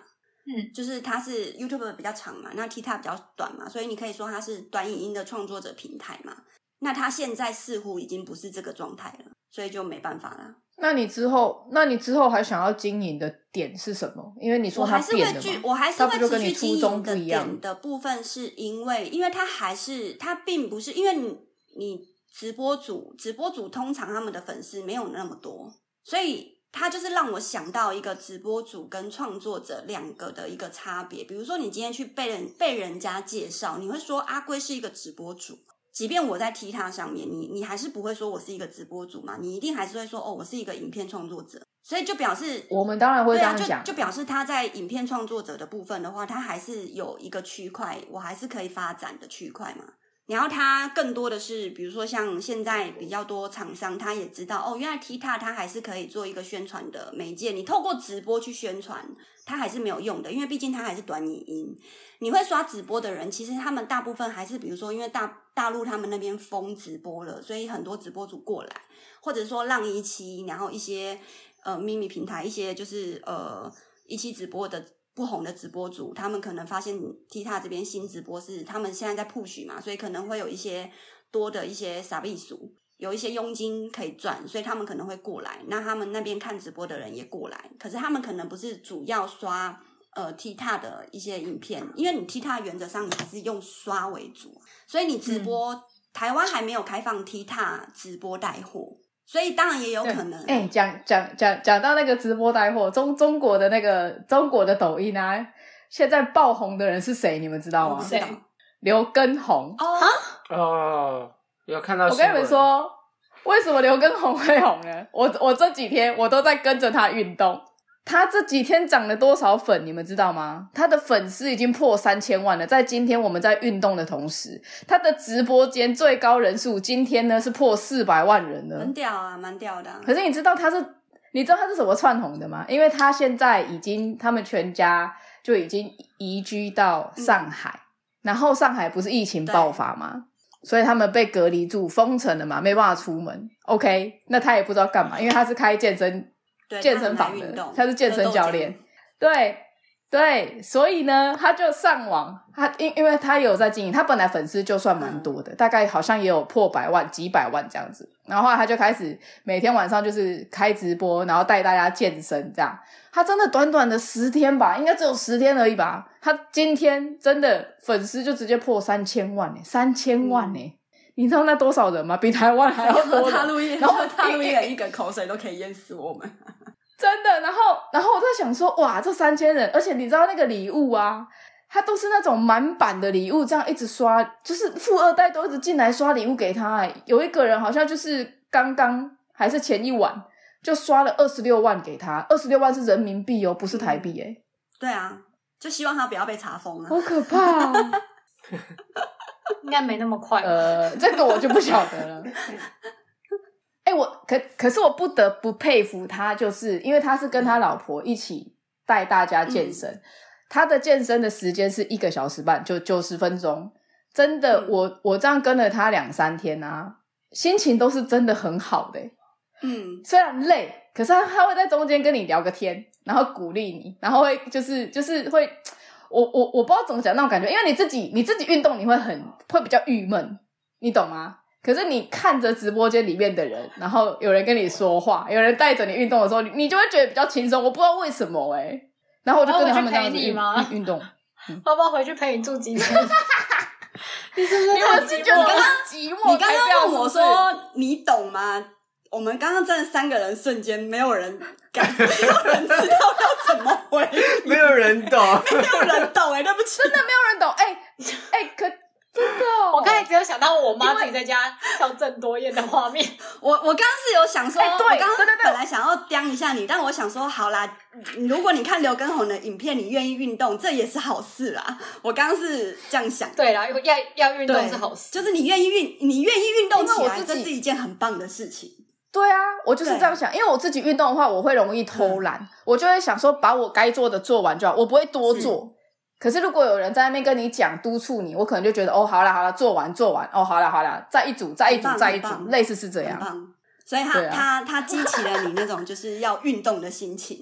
嗯， 就是它是 YouTube 比较长嘛，那 TikTok 比较短嘛，所以你可以说它是短影音的创作者平台嘛。那它现在似乎已经不是这个状态了，所以就没办法啦。 那你之后，那你之后还想要经营的点是什么？因为你说它变了嘛， 我还是会持续经营的点的部分，是因为因为它还是它并不是因为你你直播主直播主通常他们的粉丝没有那么多，所以它就是让我想到一个直播主跟创作者两个的一个差别。比如说你今天去被人被人家介绍，你会说阿龟是一个直播主。即便我在 TikTok 上面，你你还是不会说我是一个直播主嘛？你一定还是会说哦，我是一个影片创作者。所以就表示我们当然会这样讲， 对啊，就就表示他在影片创作者的部分的话，他还是有一个区块，我还是可以发展的区块嘛。然后他更多的是，比如说像现在比较多厂商，他也知道哦，原来 TikTok 它还是可以做一个宣传的媒介。你透过直播去宣传，它还是没有用的，因为毕竟它还是短影音。你会刷直播的人，其实他们大部分还是比如说，因为大大陆他们那边封直播了，所以很多直播主过来，或者说浪一期，然后一些呃秘密平台，一些就是呃一期直播的。不红的直播主，他们可能发现 TikTok 这边新直播是他们现在在 push 嘛，所以可能会有一些多的一些傻逼数，有一些佣金可以赚，所以他们可能会过来。那他们那边看直播的人也过来，可是他们可能不是主要刷呃 TikTok 的一些影片，因为你 TikTok 原则上你还是用刷为主，所以你直播、嗯、台湾还没有开放 TikTok 直播带货。所以当然也有可能。 哎、欸，讲讲讲讲到那个直播带货，中中国的那个中国的抖音啊，现在爆红的人是谁？你们知道吗？ 谁？ 刘畊宏。 哦哦，有看到新闻。 我跟你们说，为什么刘畊宏会红呢？我我这几天我都在跟着他运动。他这几天涨了多少粉，你们知道吗？他的粉丝已经破三千万了。在今天我们在运动的同时，他的直播间最高人数今天呢是破四百万人了， 很屌啊，蛮屌的、啊。 可是你知道他是，你知道他是怎么窜红的吗？因为他现在已经，他们全家就已经移居到上海，嗯、然后上海不是疫情爆发吗？所以他们被隔离住，封城了嘛，没办法出门。OK， 那他也不知道干嘛，因为他是开健身。健身房的，他, 他是健身教练，对对，所以呢，他就上网，他因因为他有在经营，他本来粉丝就算蛮多的、嗯，大概好像也有破百万、几百万这样子。然后后来他就开始每天晚上就是开直播，然后带大家健身这样。他真的短短的十天吧，应该只有十天而已吧。他今天真的粉丝就直接破三千万呢、欸，三千万呢、欸嗯！你知道那多少人吗？比台湾还要多人。 大陆一，然后大陆一人一个口水都可以淹死我们。 真的，然后，然后我在想说，哇，这三千人，而且你知道那个礼物啊，它都是那种满版的礼物，这样一直刷，就是富二代都一直进来刷礼物给他、欸。有一个人好像就是刚刚还是前一晚就刷了二十六万给他，二十六万是人民币哦，不是台币哎、欸嗯。 对啊，就希望他不要被查封了。 好可怕哦！ 应该没那么快吧。 呃，这个我就不晓得了。哎、欸，我可可是我不得不佩服他，就是因为他是跟他老婆一起带大家健身，嗯、他的健身的时间是一个小时半，就九十分钟。真的，嗯、我我这样跟了他两三天啊，心情都是真的很好的、欸。 嗯， 虽然累，可是他他会在中间跟你聊个天，然后鼓励你，然后会就是就是会，我我我不知道怎么讲那种感觉，因为你自己你自己运动你会很会比较郁闷，你懂吗？可是你看着直播间里面的人，然后有人跟你说话，有人带着你运动的时候，你就会觉得比较轻松。我不知道为什么哎、欸，然后我就跟着他们这样子运运动。 要不要回去陪你住几天？你是不是你们是觉得我寂寞？ 你刚刚问我说你懂吗？我们刚刚真的三个人瞬间没有人敢，没有人知道要怎么回， 没有人懂， 没有人懂哎、欸，对不起， 真的没有人懂哎哎、欸欸，可。真的、哦， 我刚才只有想到我妈自己在家跳郑多燕的画面。 我我刚刚是有想说， 欸、对我刚刚本来想要刁一下你，但我想说，好啦，如果你看刘畊宏的影片，你愿意运动，这也是好事啦。我刚刚是这样想。 对啦，要要运动是好事， 就是你愿意运，你愿意运动起来，这是一件很棒的事情。 对啊，我就是这样想，因为我自己运动的话，我会容易偷懒、嗯，我就会想说，把我该做的做完就好，我不会多做。可是如果有人在那边跟你讲督促你，我可能就觉得哦，好啦好啦，做完做完，哦，好啦好啦，再一组再一组再一组，类似是这样。 很棒，所以他、啊、他他激起了你那种就是要运动的心情。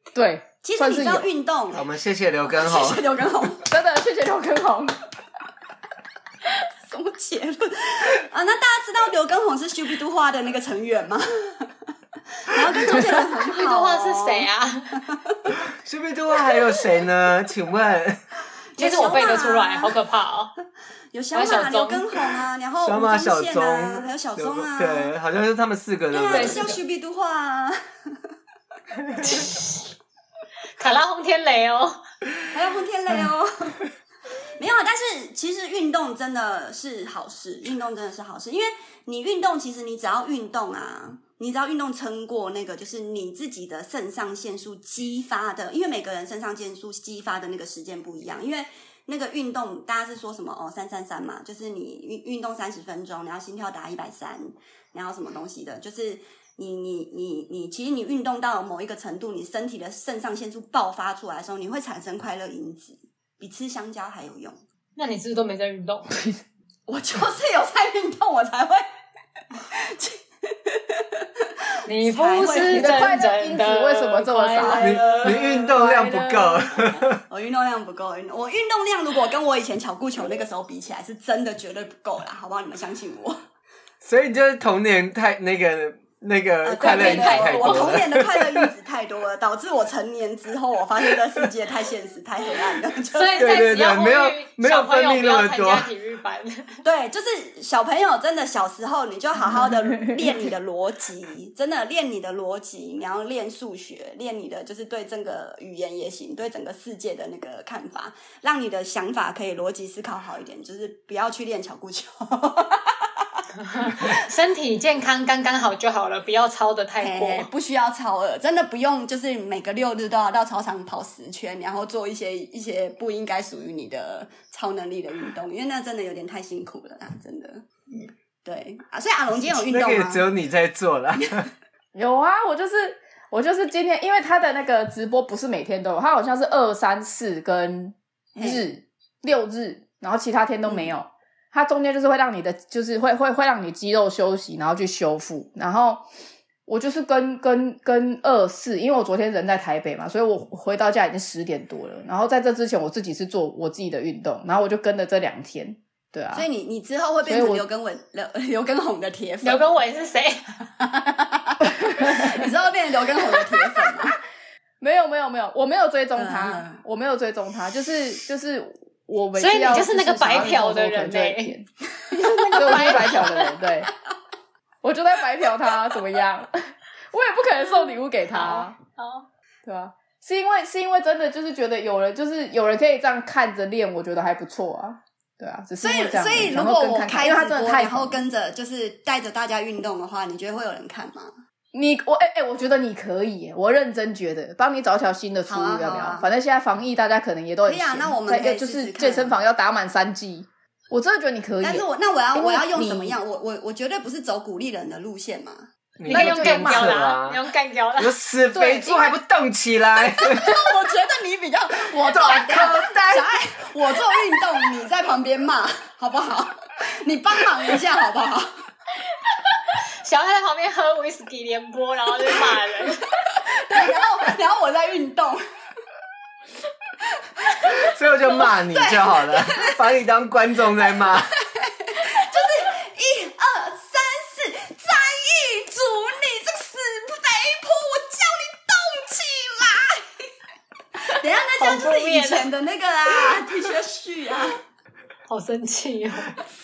对， 其实你知道运动， 我们谢谢刘畊宏， 谢谢刘畊宏， 真的谢谢刘畊宏。 什么结论啊？那大家知道刘畊宏是咻比嘟画的那个成员吗？然后跟周杰伦很好、哦。 咻比嘟画是谁啊？ 咻比嘟画还有谁呢？请问？ 其实我背得出来，好可怕哦。 有小马、刘畊宏啊，然后小马、小钟啊，还有小钟啊， 对，好像是他们四个，对不对？ 对，叫咻比嘟画啊。 卡拉轰天雷哦， 还有轰天雷哦。没有，但是其实运动真的是好事，运动真的是好事，因为你运动，其实你只要运动啊，你只要运动撑过那个，就是你自己的肾上腺素激发的，因为每个人肾上腺素激发的那个时间不一样，因为那个运动大家是说什么哦，三三三嘛，就是你运运动三十分钟，然后心跳达一百三，然后什么东西的，就是你你你你，其实你运动到某一个程度，你身体的肾上腺素爆发出来的时候，你会产生快乐因子。比吃香蕉还有用。 那你是不是都没在运动？ 我就是有在运动，我才会。 你不是真正的为什么这么少？ 你你运动量不够。 我运动量不够，我运动量如果跟我以前巧固球那个时候比起来，是真的绝对不够啦，好不好？你们相信我。 所以你就是童年太那个。那个快乐因子太多了， 我童年的快乐因子太多了，导致我成年之后，我发现这世界太现实、太黑暗了。 所以在只要没有没有分泌那么多。 体育班对，就是小朋友真的小时候，你就好好的练你的逻辑，真的练你的逻辑，然后练数学，练你的就是对整个语言也行，对整个世界的那个看法，让你的想法可以逻辑思考好一点，就是不要去练巧固球。 身体健康刚刚好就好了，不要操得太过， 不需要超额，真的不用，就是每个六日都要到操场跑十圈，然后做一些一些不应该属于你的超能力的运动，因为那真的有点太辛苦了啦，真的。嗯，对啊，所以阿龙今天有运动吗？ 那个也只有你在做啦。 有啊，我就是我就是今天，因为他的那个直播不是每天都有，他好像是二三四跟日六日，然后其他天都没有。嗯，它中间就是会让你的，就是会会会让你肌肉休息，然后去修复。然后我就是跟跟跟二四，因为我昨天人在台北嘛，所以我回到家已经十点多了。然后在这之前，我自己是做我自己的运动，然后我就跟了这两天，对啊。 所以你你之后会变成刘畊伟刘刘畊宏的铁粉。 刘畊伟是谁？ 你之后变成刘畊宏的铁粉吗？ 没有没有没有，我没有追踪他，嗯、我没有追踪他，就是就是。我所以你就是那个白嫖的人嘞、 欸，你就是那个白嫖的人，对，我就在白嫖他，怎么样？我也不可能送礼物给他， 好， 对吧、啊？是因为是因为真的就是觉得有人就是有人可以这样看着练，我觉得还不错啊，对啊，只是因为这样。 所以所以如果我开直播，然后跟着就是带着大家运动的话，你觉得会有人看吗？ 你我哎哎、欸欸，我觉得你可以耶，我认真觉得，帮你找条新的出路、啊、要不要、啊？反正现在防疫，大家可能也都很闲。 可以啊，那我们可以试试看、 就是健身房要打满三剂，我真的觉得你可以。 但是我那我要我要用什么样？我我我绝对不是走鼓励人的路线嘛。 你要用干掉啦，你用干掉啦！ 有死肥猪还不动起来？ 我觉得你比较我做口袋， 我做运动，你在旁边骂好不好？你帮忙一下好不好？ 小孩在旁边喝威士忌联播，然后就骂人。 对，然后然后我在运动， 所以我就骂你就好了，把你当观众在骂。 就是一二三四，再一组，你这个死肥婆，我叫你动起来。等一下，那这样就是以前的那个啊，T 恤序啊， 好生气哦。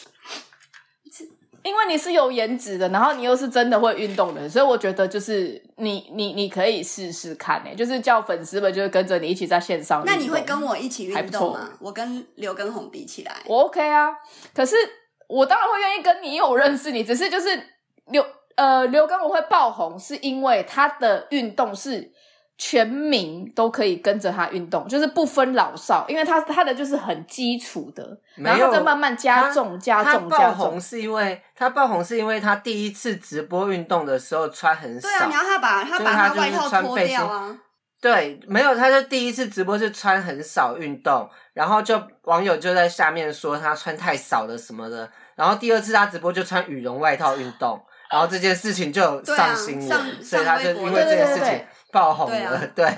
因为你是有颜值的，然后你又是真的会运动的，所以我觉得就是你你你可以试试看诶、欸，就是叫粉丝们就是跟着你一起在线上运动。 那你会跟我一起运动吗？我跟刘畊宏比起来， 我 OK 啊。可是我当然会愿意跟你，因为我认识你。只是就是刘呃刘畊宏会爆红，是因为他的运动是全民都可以跟着他运动，就是不分老少，因为他他的就是很基础的，然后再慢慢加重加重加重。 他爆红是因为他爆红是因为他第一次直播运动的时候穿很少， 对啊，然后他把他把他外套脱掉啊。 对，没有，他就第一次直播是穿很少运动，然后就网友就在下面说他穿太少了什么的，然后第二次他直播就穿羽绒外套运动，然后这件事情就上新闻、啊、所以他就因为这件事情爆红了。对、啊对，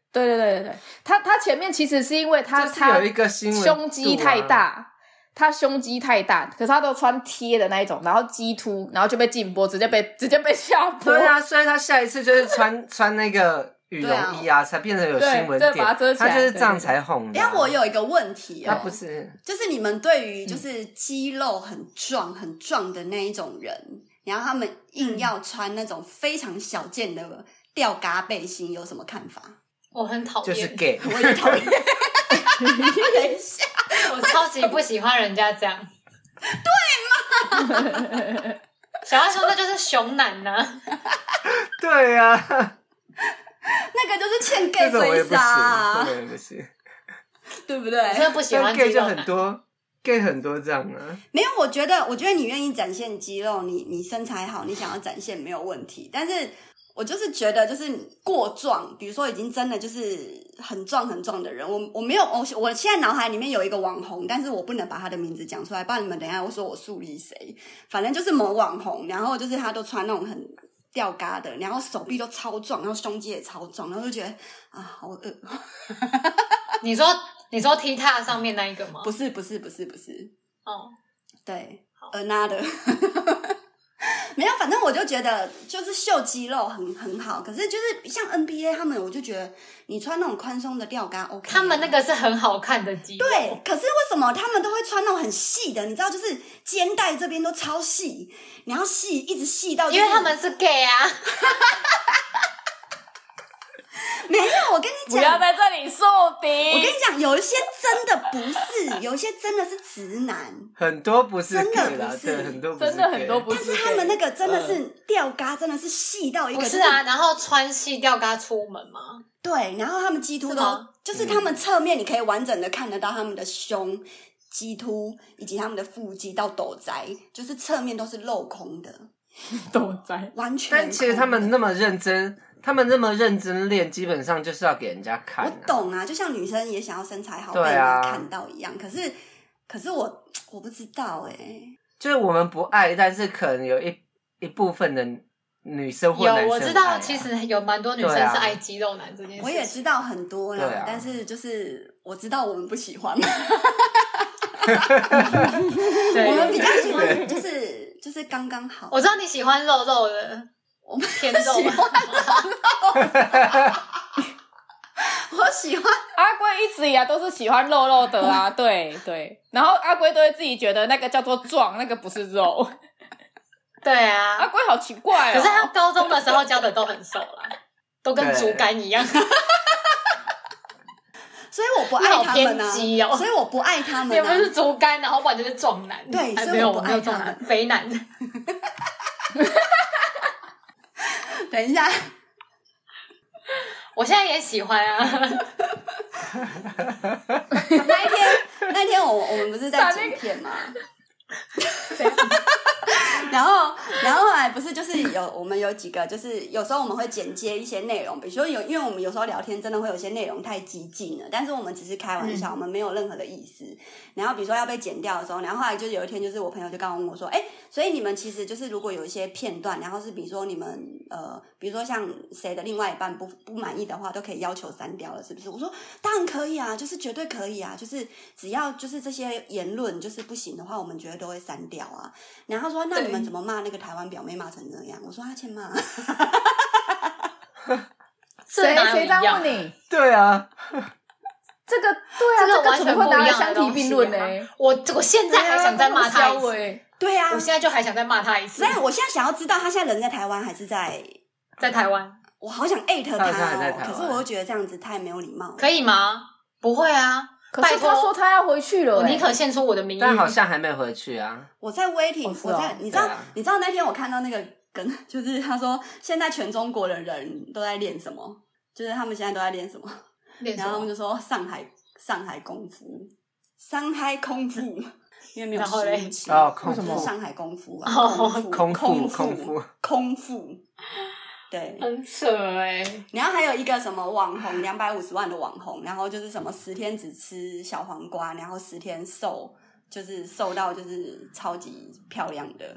对对对对对，他他前面其实是因为他他有一个新闻、啊、 胸肌太大，他胸肌太大，可是他都穿贴的那一种，然后肌凸，然后就被禁播，直接被直接被下播。 对啊，所以他下一次就是穿穿那个羽绒衣啊，才变成有新闻点， 把它遮起来， 他就是这样才红的、啊。 哎，我有一个问题哦， 他不是， 就是你们对于就是肌肉很壮、很壮的那一种人，然后他们硬要穿那种非常小件的吊嘎背心，有什么看法？ 我很讨厌， 就是 gay， 我也讨厌。等一下， 我超级不喜欢人家这样。 对嘛？ 小孩说那就是熊男呐、啊。 对呀、啊， 那个就是欠 gay 追杀、啊， 这个不行， 对不对？ 我真的不喜欢肌肉 gay 就很多 ，gay 很多这样啊。 没有，我觉得，我觉得你愿意展现肌肉，你你身材好，你想要展现没有问题，但是。我就是觉得，就是过壮，比如说已经真的就是很壮很壮的人，我我没有，我我现在脑海里面有一个网红，但是我不能把他的名字讲出来，不然你们等一下会说我树立谁。反正就是某网红，然后就是他都穿那种很吊嘎的，然后手臂都超壮，然后胸肌也超壮，然后就觉得啊，好恶。 你说你说 T 踏上面那一个吗？ 不是不是不是不是， 哦， 对 ，another。没有，反正我就觉得就是秀肌肉很很好，可是就是像 N B A 他们，我就觉得你穿那种宽松的吊嘎 OK， 他们那个是很好看的肌肉。 对，可是为什么他们都会穿那种很细的？你知道，就是肩带这边都超细，然后细一直细到、就是， 因为他们是 gay 啊。 没有，我跟你讲， 不要在这里树敌。 我跟你讲，有一些真的不是，有一些真的是直男， 很多不是 gay 啦， 真的不是， 很多不是 gay， 真的很多不是 gay， 但是他们那个真的是吊嘎，真的是细到一个、就是， 不是啊，然后穿细吊嘎出门吗？ 对，然后他们肌凸都，就是他们侧面你可以完整的看得到他们的胸、肌凸以及他们的腹肌到斗宅，就是侧面都是镂空的， 斗宅完全。 但其实他们那么认真。他们那么认真练，基本上就是要给人家看、啊。 我懂啊，就像女生也想要身材好、 对啊、 被人家看到一样。可是，可是我我不知道哎、欸， 就是我们不爱，但是可能有一一部分的女生或男生、啊、 有我知道，其实有蛮多女生是爱肌肉男这件事。 我也知道很多啦， 啊、 但是就是我知道我们不喜欢。 我们比较喜欢，就是就是刚刚好。 我知道你喜欢肉肉的。 我们偏肉， 喜欢肉我喜欢阿龟一直以来都是喜欢肉肉的啊，对对。然后阿龟都会自己觉得那个叫做壮，那个不是肉。 对啊， 阿龟好奇怪哦。 可是他高中的时候教的都很瘦啦，都跟竹竿一样。 所以我不爱他们啊， 哦、 所以我不爱他们、啊。 也不是竹竿，然后不然就是壮男。 对，所以我不爱他们， 肥男。 等一下， 我现在也喜欢啊。 那一天，那一天我我们不是在剪片吗？然后，然后后来不是就是有我们有几个，就是有时候我们会剪接一些内容，比如说有，因为我们有时候聊天真的会有些内容太激进了，但是我们只是开玩笑，嗯、我们没有任何的意思。然后比如说要被剪掉的时候，然后后来就有一天，就是我朋友就刚问我说：“哎，所以你们其实就是如果有一些片段，然后是比如说你们呃，比如说像谁的另外一半不不满意的话，都可以要求删掉了，是不是？”我说：“当然可以啊，就是绝对可以啊，就是只要就是这些言论就是不行的话，我们绝对都会删掉啊。”然后他说：“那你们怎么骂那个台湾表妹骂成这样？”我说：“他欠骂。” 谁谁在问你？ 对啊， 这个对啊， 这个完全不一样相提并论呢。 我我现在还想再骂他一次。 对啊， 我现在就还想再骂他一次。 所以我现在想要知道他现在人在台湾还是在在台湾？ 我好想艾特他哦， 可是我又觉得这样子太没有礼貌了。 可以吗？不会啊。 可是他说他要回去了、欸， 我宁可献出我的名誉。 但好像还没回去啊。 我在 waiting，、哦哦、我在，你知道、啊，你知道那天我看到那个梗，就是他说现在全中国的人都在练什么，就是他们现在都在练什么， 练什么？ 然后他们就说上海上海功夫，上海功夫，因为没有实物器哦，空腹， 上海功夫啊， 哦、 空腹，空腹，空腹。对， 很扯哎、欸。 然后还有一个什么网红，两百五十万的网红，然后就是什么十天只吃小黄瓜，然后十天瘦，就是瘦到就是超级漂亮的。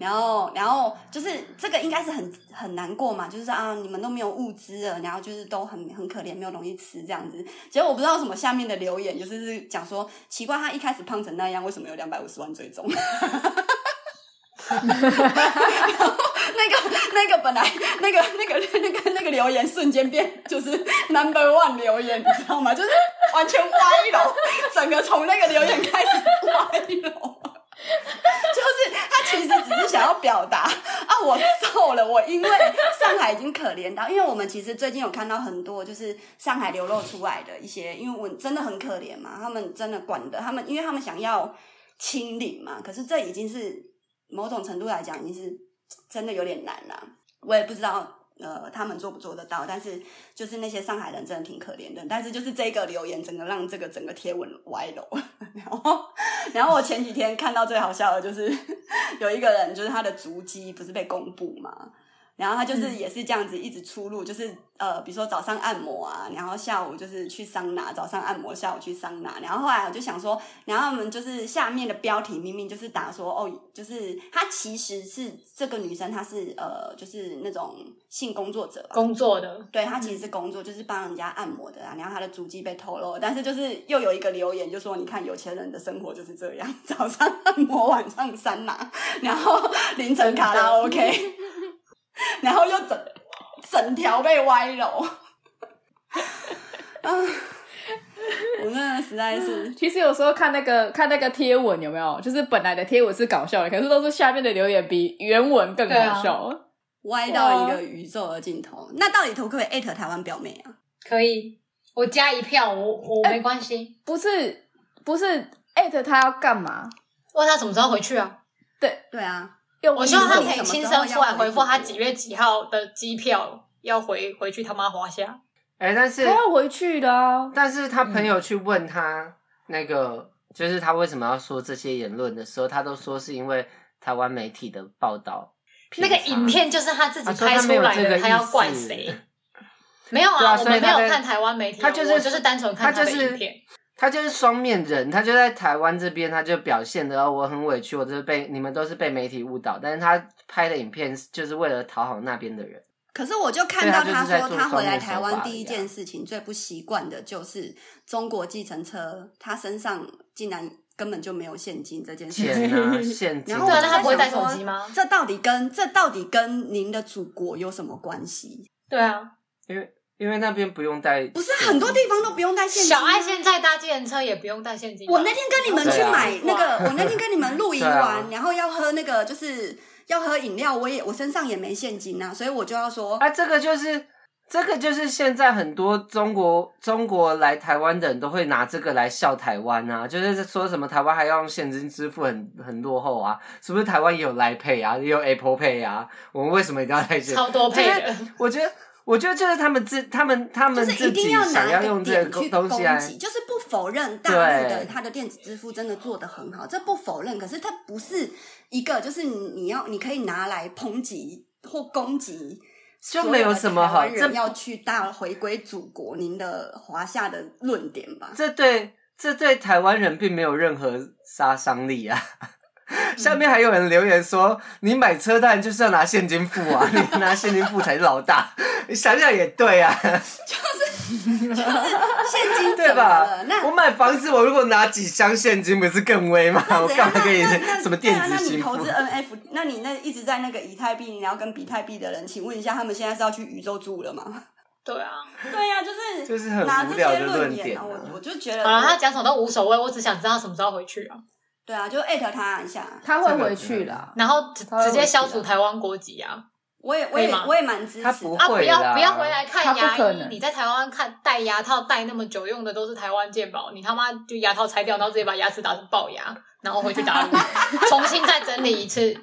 然后，然后就是这个应该是很很难过嘛，就是啊，你们都没有物资了，然后就是都很很可怜，没有东西吃这样子。结果我不知道什么下面的留言，就是是讲说，奇怪，他一开始胖成那样，为什么有两百五十万追踪？然后那个那个本来那个那个那个那个留言瞬间变就是 number one 留言，你知道吗？就是完全歪楼，整个从那个留言开始歪楼。就是他其实只是想要表达啊，我瘦了，我因为上海已经可怜到，因为我们其实最近有看到很多就是上海流露出来的一些，因为我真的很可怜嘛，他们真的管的，他们因为他们想要清零嘛，可是这已经是某种程度来讲已经是真的有点难啦，我也不知道。呃，他们做不做得到？但是就是那些上海人真的挺可怜的。但是就是这个留言，整个让这个整个贴文歪楼。然后，然后我前几天看到最好笑的就是有一个人，就是他的足迹不是被公布嘛，然后他就是也是这样子一直出入，就是呃，比如说早上按摩啊，然后下午就是去桑拿，早上按摩，下午去桑拿。然后后来我就想说，然后我们就是下面的标题明明就是打说哦，就是她其实是这个女生，她是呃，就是那种性工作者吧， 工作的， 对，她其实是工作，就是帮人家按摩的啊。然后她的足迹被透露，但是就是又有一个留言就说，你看有钱人的生活就是这样，早上按摩，晚上桑拿，然后凌晨卡拉 OK。然后又整整条被歪楼，啊！我真的实在是， 其实有时候看那个看那个贴文有没有，就是本来的贴文是搞笑的，可是都是下面的留言比原文更好笑，啊、 歪到一个宇宙的尽头。那到底可不可以艾特台湾表妹啊？ 可以，我加一票，我我没关系、欸。 不是不是艾特他要干嘛？ 问他什么时候回去啊？ 对对啊。 我希望他可以亲身出来回复他几月几号的机票要回回去他妈华夏。 哎、欸，但是他要回去的啊。 但是他朋友去问他那个，嗯、就是他为什么要说这些言论的时候，他都说是因为台湾媒体的报道。 那个影片就是他自己拍出来的， 他, 他要怪谁？没有啊，啊我们没有看台湾媒体， 他就是我就是单纯看他的影片。 他就是双面人，他就在台湾这边，他就表现的、哦、我很委屈，我就是被你们都是被媒体误导，但是他拍的影片就是为了讨好那边的人。 可是我就看到他说，他回来台湾第一件事情最不习惯的就是中国计程车，他身上竟然根本就没有现金这件事情。 钱啊，现金。 然后我就在他不会带手机吗？ 这到底跟这到底跟您的祖国有什么关系？ 对啊， 因为。因为那边不用带， 不是很多地方都不用带现金、啊。 小爱现在搭计程车也不用带现金。 我那天跟你们去买那个，啊、我那天跟你们露营完，啊、然后要喝那个，就是要喝饮料，我也我身上也没现金啊，所以我就要说， 啊，这个就是这个就是现在很多中国中国来台湾的人都会拿这个来笑台湾啊，就是说什么台湾还要用现金支付很很落后啊，是不是台湾也有 Line Pay 啊，也有 Apple Pay 啊，我们为什么一定要带这？ 超多 Pay 的， 我觉得。我觉得就是他们自他们他们自己想要用这个东西来， 就是不否认大陆的它的电子支付真的做得很好，这不否认。可是它不是一个就是你要你可以拿来抨击或攻击， 就没有什么好这要去大回归祖国您的华夏的论点吧？ 这对这对台湾人并没有任何杀伤力啊。下面还有人留言说：“你买车当然就是要拿现金付啊，你拿现金付才是老大。”你想想也对啊， 就是就是现金对吧？我买房子，我如果拿几箱现金，不是更威吗？我干嘛可以什么电子支付？ 那你投资 N F， 那你那一直在那个以太币，你要跟比特币的人，请问一下，他们现在是要去宇宙住了吗？ 对啊， 对呀、啊，就是就是很无聊的论点、啊。 我我就觉得， 好了，他讲什么都无所谓，我只想知道他什么时候回去啊。 对啊，就艾特他一下， 他会回去啦， 然后直接消除台湾国籍啊！ 我也我也我也蛮支持。 他不啊，不会要不要回来看牙医！ 他不可能你在台湾看戴牙套戴那么久，用的都是台湾健保，你他妈就牙套拆掉，然后直接把牙齿打成龅牙，然后回去大陆重新再整理一次。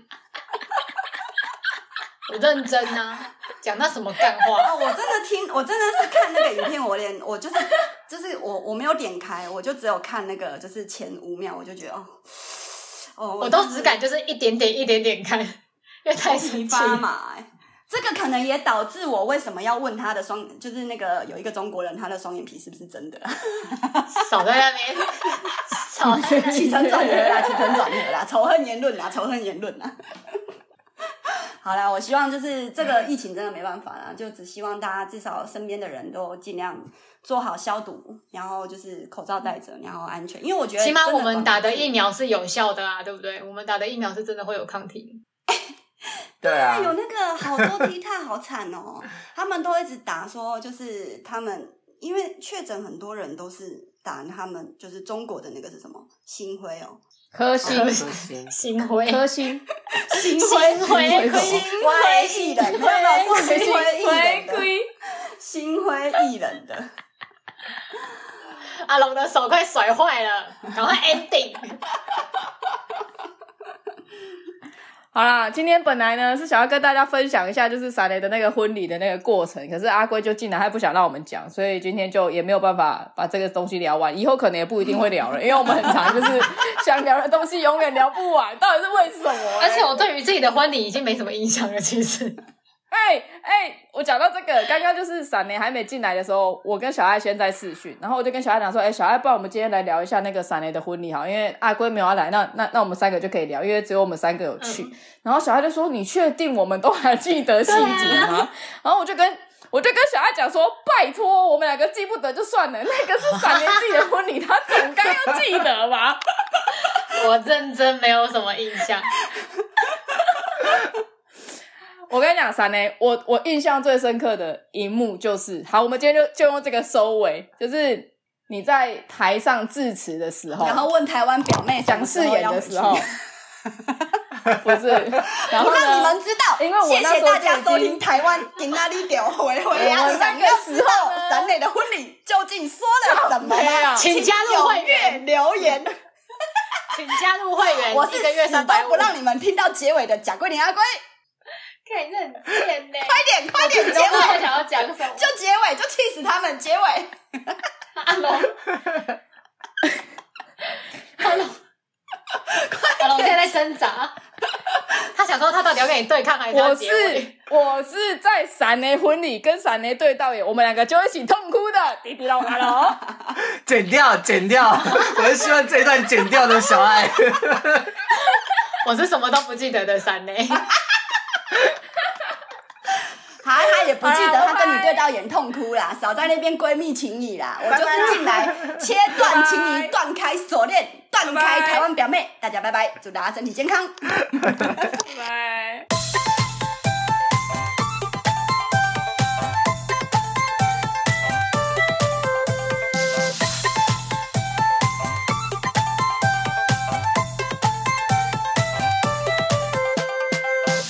我认真啊，讲那什么干话？ 哦，我真的听，我真的是看那个影片，我连我就是就是我我没有点开，我就只有看那个就是前五秒，我就觉得哦哦， 我都只敢就是一点点一点点看，因为太生气嘛。这个可能也导致我为什么要问他的双，就是那个有一个中国人，他的双眼皮是不是真的？ 少在那边，少在那边起承转合啦，起承转合啦，仇恨言论啦，仇恨言论啦。 好啦，我希望就是这个疫情真的没办法啦，就只希望大家至少身边的人都尽量做好消毒，然后就是口罩戴着，然后安全。因为我觉得起码我们打的疫苗是有效的啊，对不对？我们打的疫苗是真的会有抗体。 对啊， 有那个好多 T 太好惨哦，他们都一直打说，就是他们因为确诊很多人都是打他们就是中国的那个是什么星辉哦。 科星， 星辉， 科星， 星辉， 星辉， 星辉艺人，没有没有，是星辉艺人的，星辉艺人的。 阿龙的手快甩坏了，赶快 ending。 好啦，今天本来呢是想要跟大家分享一下就是闪雷的那个婚礼的那个过程，可是阿龟就进来还不想让我们讲，所以今天就也没有办法把这个东西聊完，以后可能也不一定会聊了，因为我们很常就是想聊的东西永远聊不完，到底是为什么、欸？ 而且我对于自己的婚礼已经没什么印象了，其实。 哎哎，我讲到这个，刚刚就是闪雷还没进来的时候，我跟小爱先在视讯，然后我就跟小爱讲说，哎，小爱，不然我们今天来聊一下那个闪雷的婚礼好，因为阿龟没有要来，那那那我们三个就可以聊，因为只有我们三个有去。嗯、然后小爱就说，你确定我们都还记得细节吗？啊、然后我就跟我就跟小爱讲说，拜托，我们两个记不得就算了，那个是闪雷自己的婚礼，他总该要记得吧？ 我认真没有什么印象。 我跟你讲，闪雷，我我印象最深刻的一幕就是，好，我们今天就就用这个收尾，就是你在台上致辞的时候， 然后问台湾表妹讲誓言的时候，不是，然后呢， 不让你们知道， 因为我谢谢大家收听台湾今仔日就回回啊，想要知道闪雷的婚礼究竟说了什么吗？ 请加入会员留言。 请加入会员， 我是一个月三百五， 不让你们听到结尾的贾桂林阿龟。 可以认真呢， 快点快点，结尾想要讲什么？ 就结尾，就气死他们！结尾， 阿龙，阿龙，阿龙现在在挣扎，他想说他到底要跟你对抗还是要结尾？ 我是我是在闪雷婚礼跟闪雷对到眼，我们两个就一起痛哭的，弟弟龙阿龙， 剪掉剪掉，我是希望这一段剪掉的小爱， 我是什么都不记得的闪雷。 他他也不记得他跟你对到眼痛哭啦，少在那边闺蜜情谊啦，我就是进来切断情谊，断开锁链，断开台湾表妹，大家拜拜，祝大家身体健康， 拜拜。